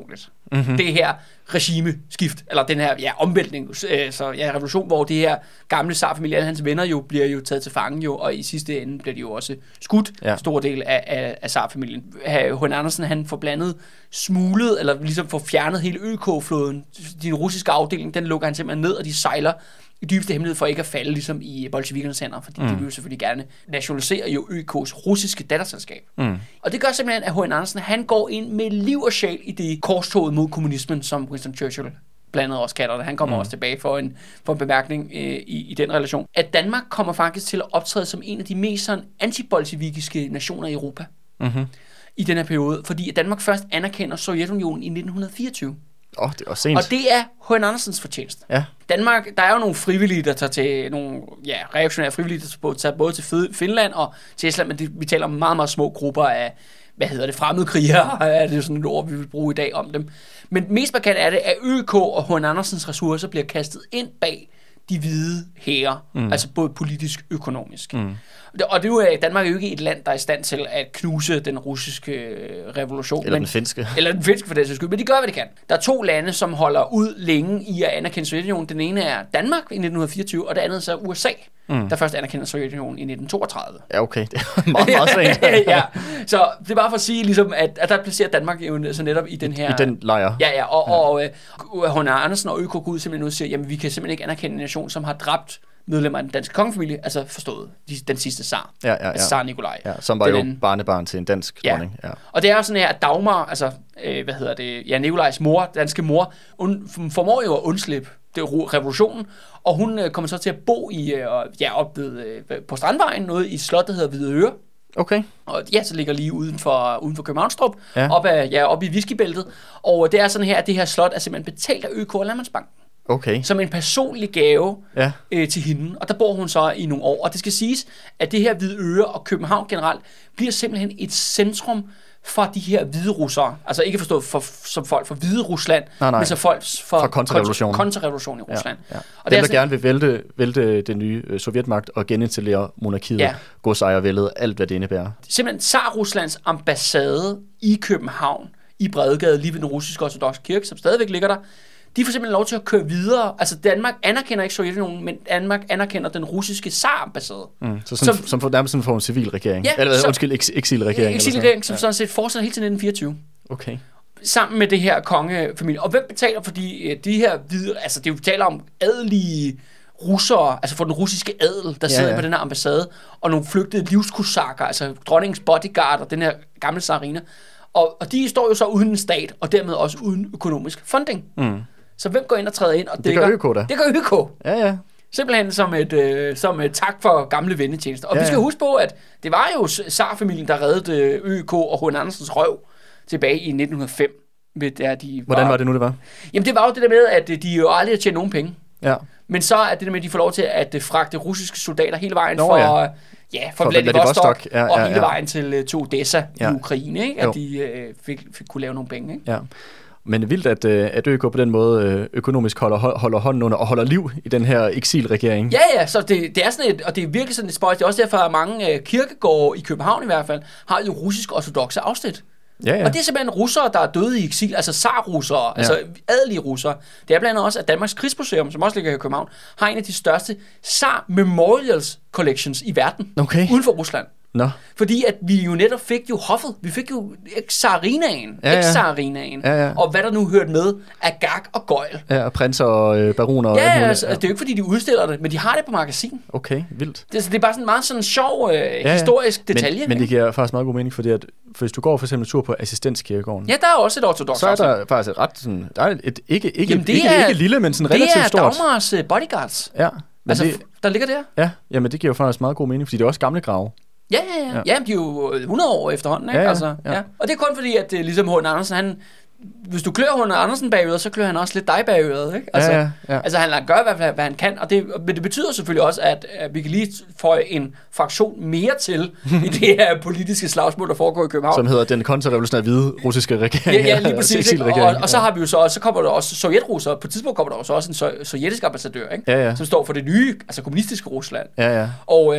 Mm-hmm. Det her regimeskift, eller den her ja, omvæltning, øh, så ja, revolution, hvor det her gamle zarfamilie, alle hans venner jo bliver jo taget til fange jo, og i sidste ende bliver de jo også skudt, ja. Stor del af, af, af zarfamilien. H N. Andersen, han får blandet smuglet, eller ligesom får fjernet hele Ø K-floden, din russiske afdeling, den lukker han simpelthen ned, og de sejler i dybeste hemmelighed for ikke at falde ligesom i bolsjevikernes hænder, fordi mm. de vil jo selvfølgelig gerne nationalisere jo Ø K's russiske datterselskab. Mm. Og det gør simpelthen, at H N. Andersen, han går ind med liv og sjæl i det korstoget mod kommunismen, som Winston Churchill blandt andet også kalder det. Han kommer mm. også tilbage for en, for en bemærkning øh, i, i den relation. At Danmark kommer faktisk til at optræde som en af de mest sådan antibolsjevikiske nationer i Europa mm-hmm. i den her periode, fordi Danmark først anerkender Sovjetunionen i nitten fireogtyve. Åh, oh, det var sent. Og det er H N. Andersens fortjeneste. Ja. Danmark, der er jo nogle frivillige, der tager til nogle ja, reaktionære frivillige, der tager både til Finland og til Estland, men det, vi taler om meget, meget små grupper af, hvad hedder det, fremmedkrigere, er det jo sådan et ord, vi vil bruge i dag om dem. Men mest markant er det, at Ø K og H N. Andersens ressourcer bliver kastet ind bag de hvide hære, mm. altså både politisk og økonomisk. Mm. Og det er jo, Danmark er jo ikke et land, der er i stand til at knuse den russiske revolution. Eller men, den finske. Eller den finske for den skyld, men de gør, hvad de kan. Der er to lande, som holder ud længe i at anerkende Sovjetunionen. Den ene er Danmark i nitten fireogtyve, og det andet er så U S A, mm. der først anerkender Sovjetunionen i nitten toogtredive. Ja, okay. Det er meget, meget sent. Ja, så det er bare for at sige, ligesom, at, at der placerer Danmark jo så netop i den her... I den lejr. Ja, ja, og, ja. og, og H N. Andersen og Ø K går ud simpelthen ud og siger, jamen vi kan simpelthen ikke anerkende en nation, som har dræbt medlemmer af den danske kongefamilie, altså forstået, de, den sidste zar, ja, ja, ja. altså zar Nikolaj. Ja, som var jo anden, barnebarn til en dansk ja. dronning. Ja. Og det er jo sådan her, at Dagmar, altså, øh, hvad hedder det, ja, Nikolajs mor, danske mor, hun formår jo at undslippe det revolutionen, og hun øh, kommer så til at bo i, øh, ja, op ved, øh, på Strandvejen, noget i et slot, der hedder Hvidøre. Okay. Og ja, så ligger lige uden for, uden for Københavnstrup, ja. op, af, ja, op i whiskybæltet. Og det er sådan her, at det her slot er simpelthen betalt af Ø K og Landmandsbanken. Okay. Som en personlig gave ja. øh, til hende. Og der bor hun så i nogle år. Og det skal siges, at det her Hvidøre og København generelt bliver simpelthen et centrum for de her hvide russere. Altså ikke forstået for, som folk fra hvide Rusland, nej, nej. men som folk for, for kontrarevolutionen. kontrarevolutionen i Rusland. Ja, ja. Og dem, altså, der gerne vil vælte, vælte den nye øh, sovjetmagt og geninstallere monarkiet, ja. godsejervældet, alt hvad det indebærer. Simpelthen Tsar-Ruslands ambassade i København, i Bredegade, lige ved den russiske ortodoxe kirke, som stadigvæk ligger der, de får simpelthen lov til at køre videre. Altså Danmark anerkender ikke Sovjetunionen, men Danmark anerkender den russiske zar-ambassade. Mm, så sådan, som, som for, nærmest sådan for en civil regering. Ja, eller så, undskyld, eks, eksilregering. Eksilregering, som ja. sådan set fortsætter helt til nitten fireogtyve. Okay. Sammen med det her kongefamilie. Og hvem betaler for de, de her hvide, altså det vi taler om adelige russere, altså for den russiske adel, der sidder ja, ja. på den her ambassade, og nogle flygtede livskosakker, altså dronningens bodyguard og den her gamle tsarina. Og, og de står jo så uden en stat, og dermed også uden økonomisk funding. Mm. Så hvem går ind og træder ind? Og det gør Ø K da. Det gør Ø K. Ja, ja. Simpelthen som et, øh, som et tak for gamle vennetjenester. Og ja, vi skal ja. huske på, at det var jo tsar-familien, der reddede Ø K og H N. Andersens røv tilbage i nitten hundrede og fem. Ved, der de Hvordan var, var det nu, det var? Jamen det var jo det der med, at de jo aldrig har tjent nogen penge. Ja. Men så er det der med, at de får lov til at fragte russiske soldater hele vejen Nå, for... Ja. Ja, fra Vladivostok ja, ja, ja. og hele vejen til, til Odessa ja. i Ukraine, ikke? At jo. de øh, fik, fik kunne lave nogle penge. Ikke? Ja. Men vildt, at, at Ø K på den måde økonomisk holder, holder hånden under og holder liv i den her eksilregering. Ja, ja, så det, det er sådan et, og det er virkelig sådan et spøjs. Det er også derfor, at mange øh, kirkegårde i København i hvert fald har jo russisk ortodokse afsnit. Ja, ja. Og det er simpelthen russere, der er døde i eksil, altså zar-russere, ja. altså adelige russere. Det er blandt andet også, at Danmarks Krigsmuseum, som også ligger i København, har en af de største zar memorials collections i verden, okay. uden for Rusland. No. Fordi at vi jo netop fik jo hoffet, vi fik jo tsarinaen, ja, ja. ikke-tsarinaen, ja, ja. og hvad der nu hørte med af gag og gøjl. Ja, og prinser og øh, baroner. Ja, og altså, ja, det er jo ikke fordi, de udstiller det, men de har det på magasin. Okay, vildt. Det, det er bare sådan en meget sådan sjov øh, ja, historisk ja. detalje. Men, men det giver faktisk meget god mening, fordi at, for hvis du går for eksempel tur på Assistenskirkegården. Ja, der er også et ortodox. Så er der også. faktisk et ret sådan, der er et ikke, ikke, jamen, ikke, er, ikke lille, men sådan relativt stort. Det er Dagmars uh, bodyguards. Ja. Altså, det, der ligger der. Ja, jamen det giver jo faktisk meget god mening, fordi det er også gamle grave. Ja, ja, ja. Ja, de er jo hundrede år efterhånden, ikke? Ja, ja, altså, ja. Ja. Og det er kun fordi, at det, ligesom H N. Andersen, han, hvis du klør H N. Andersen bagøret, så klør han også lidt dig bagøret, ikke? Altså, ja, ja, ja. altså han gør, hvad, hvad han kan, og det, men det betyder selvfølgelig også, at, at vi kan lige få en fraktion mere til i det her politiske slagsmål, der foregår i København. Som hedder den kontrarevolutionære hvide russiske regering. Ja, ja lige præcis. Og, og, og så har vi jo så, så kommer der også sovjetrussere, på et tidspunkt kommer der også en so- sovjetisk ambassadør, ikke? Ja, ja. Som står for det nye, altså kommunistiske Rusland. Ja, ja. Og, øh,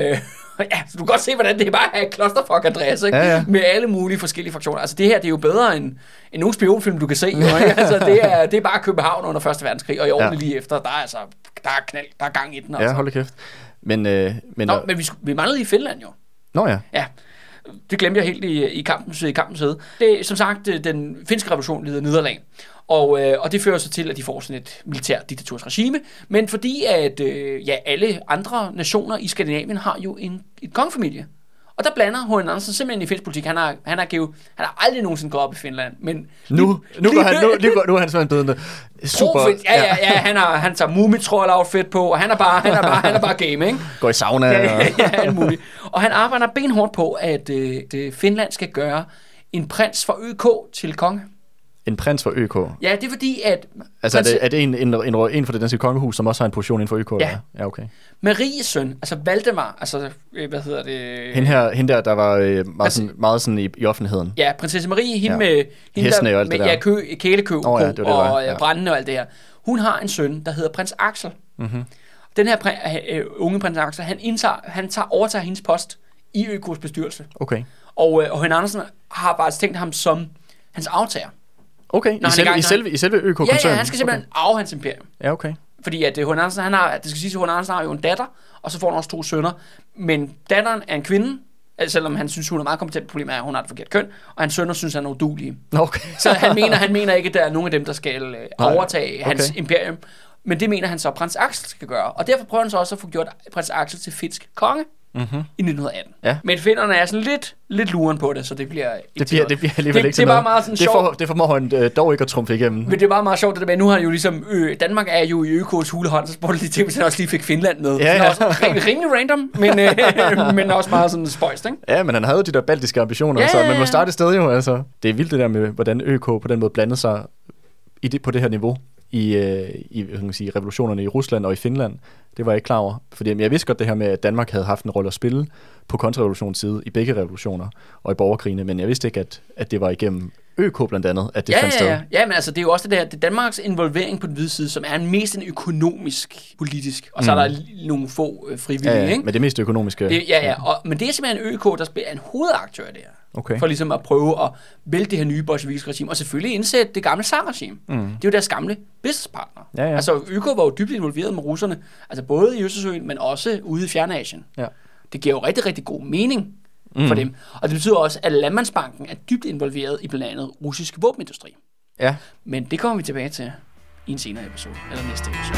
ja, så du kan godt se, hvordan det bare er et clusterfuck, Andreas, ikke? Ja, ja. Med alle mulige forskellige fraktioner. Altså det her, det er jo bedre end, end nogle spionfilm, du kan se. Jo, ikke? Altså det er, det er bare København under første verdenskrig, og i årene ja. lige efter, der er altså, der er knald, der er gang i den. Altså. Ja, hold da kæft. Men, øh, men, Nå, men vi, vi manglede i Finland jo. Nå ja. Ja. Det glemte jeg helt i, i kampens, i kampens hede. Det er som sagt, den finske revolution lider nederlag. Og, øh, og det fører så til, at de får sådan et militært diktaturregime. Men fordi at øh, ja, alle andre nationer i Skandinavien har jo en, en kongefamilie. Og der blander H N Andersen simpelthen i finsk politik. Han har, han har, givet, han har aldrig nogensinde gået op i Finland. Men nu, lige, nu, går han, nu, nu, går, nu er han simpelthen blevet super... Ja, ja, ja, han, har, han tager mumitroll-outfit på, og han er bare, han er bare, han er bare game, ikke? Går i sauna. Ja, ja, ja, alt muligt. Og han arbejder benhårdt på, at øh, det Finland skal gøre en prins fra Ø K til konge. En prins fra Ø K? Ja, det er fordi, at... Altså er det, er det en, en, en, en fra det danske kongehus, som også har en position inden for Ø K? Ja. Eller? Ja, okay. Maries søn, altså Valdemar, altså, hvad hedder det... Hende her, hende der, der var øh, meget, altså, sådan, meget sådan i, i offentligheden. Ja, prinsesse Marie, hende ja. med... Hende Hestene der, og alt med, det der. Ja, kø, kælekø, oh, ja, det det, og ja. brændende og alt det her. Hun har en søn, der hedder prins Axel. Mm-hmm. Den her pr- øh, unge prins Axel, han, indtager, han tager, overtager hendes post i Ø K's bestyrelse. Okay. Og, øh, og H N Andersen har bare tænkt ham som hans aftager. Okay, I selve, i, selve, i selve Ø K-koncernen? Ja, ja, han skal simpelthen okay. arve hans imperium. Ja, okay. Fordi at H N Andersen, han har, det skal sige, at H N Andersen har jo en datter, og så får han også to sønner. Men datteren er en kvinde, altså selvom han synes, hun er meget kompetent. Problemet er, at hun har et forkert køn, og hans sønner synes, han er uduelig. Okay. Så han mener, han mener ikke, at der er nogen af dem, der skal øh, overtage okay. hans imperium. Men det mener han så, at prins Axel skal gøre. Og derfor prøver han så også at få gjort prins Axel til finsk konge. Mm-hmm. I nitten atten. Ja. Men finnerne er sådan lidt, lidt luren på det, så det bliver ikke det bliver, det bliver alligevel det, ikke sådan det, meget sådan det, for, det formår han øh, dog ikke at trumfe igennem. Men det er bare meget sjovt det der med, nu har han jo ligesom, øh, Danmark er jo i Ø K's hulehånd, så spurgte de til, hvis han også lige fik Finland med. Ja, ja. Også rimelig, rimelig random, men, øh, men også meget sådan spøjst, ikke? Ja, men han havde jo de der baltiske ambitioner, ja, så man må starte et sted jo, altså. Det er vildt det der med, hvordan Ø K på den måde blandede sig i det, på det her niveau. I, øh, i hvad kan man sige, revolutionerne i Rusland og i Finland. Det var jeg ikke klar over. Fordi jeg vidste godt det her med, at Danmark havde haft en rolle at spille på kontrarevolutionens side i begge revolutioner og i borgerkrigene, men jeg vidste ikke, at, at det var igennem Ø K blandt andet, at det ja, fandt sted. Ja, ja. ja, men altså det er jo også det der, det er Danmarks involvering på den hvide side, som er en mest en økonomisk politisk, og så mm. er der nogle få øh, frivillige, ja, ja, ikke? Men det mest økonomiske. Det, ja, ja, og, men det er simpelthen Ø K, der spiller en hovedaktør der. Okay. For ligesom at prøve at vælte det her nye bolsjevikiske regime, og selvfølgelig indsætte det gamle zar-regime. Mm. Det er jo deres gamle businesspartner. Ja, ja. Altså Ø K var jo dybt involveret med russerne, altså både i Østersøen, men også ude i Fjernasien. Ja. Det giver jo rigtig, rigtig god mening mm. for dem. Og det betyder også, at Landmandsbanken er dybt involveret i blandt andet russisk våbenindustri. Ja. Men det kommer vi tilbage til i en senere episode, eller næste episode.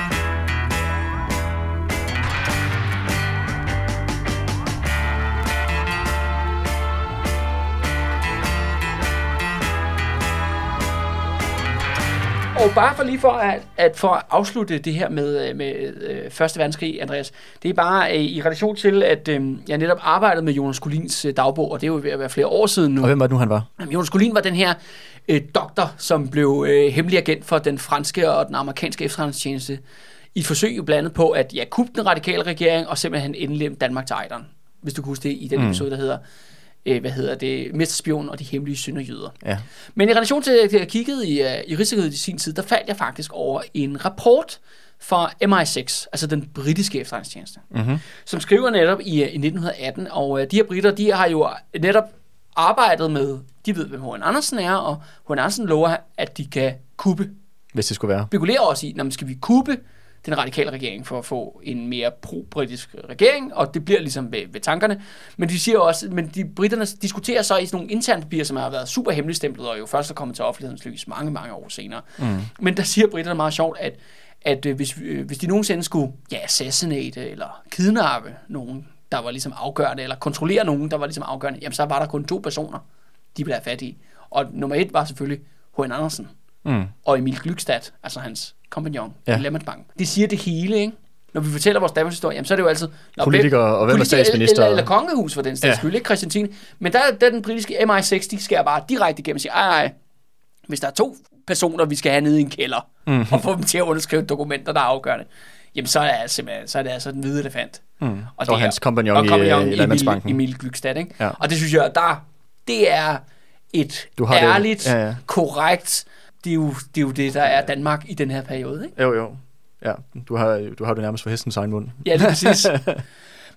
Og bare for lige for at, at for at afslutte det her med, med øh, Første Verdenskrig, Andreas, det er bare øh, i relation til, at øh, jeg netop arbejdede med Jonas Collins øh, dagbog, og det er jo ved at være flere år siden nu. Og hvem var det nu, han var? Jonas Collin var den her øh, doktor, som blev øh, hemmelig agent for den franske og den amerikanske efterretningstjeneste, i et forsøg jo blandet på at ja, kuppe den radikale regering, og simpelthen indlemme Danmark til ejderen. Hvis du kan huske det i den mm. episode, der hedder... hvad hedder det, Mesterspion og de hemmelige sønderjyder. Ja. Men i relation til, at jeg kiggede i, i Rigsarkivet i sin tid, der faldt jeg faktisk over en rapport fra M I seks, altså den britiske efterretningstjeneste, mm-hmm. som skriver netop i, i nitten atten, og de her britter, de har jo netop arbejdet med, de ved, hvem H N Andersen er, og H N Andersen lover, at de kan kuppe. Hvis det skulle være. Spekulerer også i, når skal vi kuppe den radikale regering for at få en mere pro-britisk regering, og det bliver ligesom ved, ved tankerne. Men de siger også, men de britterne diskuterer så i sådan nogle interne papirer, som har været super hemmeligstemplet, og jo først er kommet til offentlighedens lys mange, mange år senere. Mm. Men der siger britterne meget sjovt, at, at hvis, hvis de nogensinde skulle ja, assassinate eller kidnappe nogen, der var ligesom afgørende, eller kontrollere nogen, der var ligesom afgørende, jamen så var der kun to personer, de blev fat i. Og nummer et var selvfølgelig H N Andersen mm. og Emil Glückstadt, altså hans kompagnon ja. i Landmandsbanken. De siger det hele, ikke? Når vi fortæller vores danmarkshistorie, jamen så er det jo altid... Politikere og hvem er statsminister? Eller, eller, eller kongehus for den sags skyld, ikke Christian? Men der, der den britiske M I seks, de skærer bare direkte igennem og siger, ej, ej, hvis der er to personer, vi skal have nede i en kælder, mm. og få dem til at underskrive dokumenter, der er afgørende, jamen så er det simpelthen, så er det altså den hvide elefant. Mm. Og, og hans kompagnon i, i Landmandsbanken. Emil, Emil Glückstadt, ikke? Ja. Og det synes jeg, der, det er et ærligt, ja, ja. korrekt... Det er, jo, det er jo det, der er Danmark i den her periode, ikke? Jo, jo. Ja, du har, du har det nærmest for hestens egen mund. Ja, det er præcis.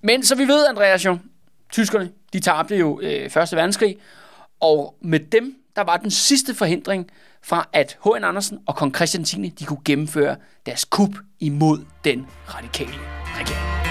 Men så vi ved, Andreas jo, tyskerne, de tabte jo øh, første verdenskrig, og med dem, der var den sidste forhindring fra, at H N. Andersen og kong Christian tiende, de kunne gennemføre deres kup imod den radikale regering.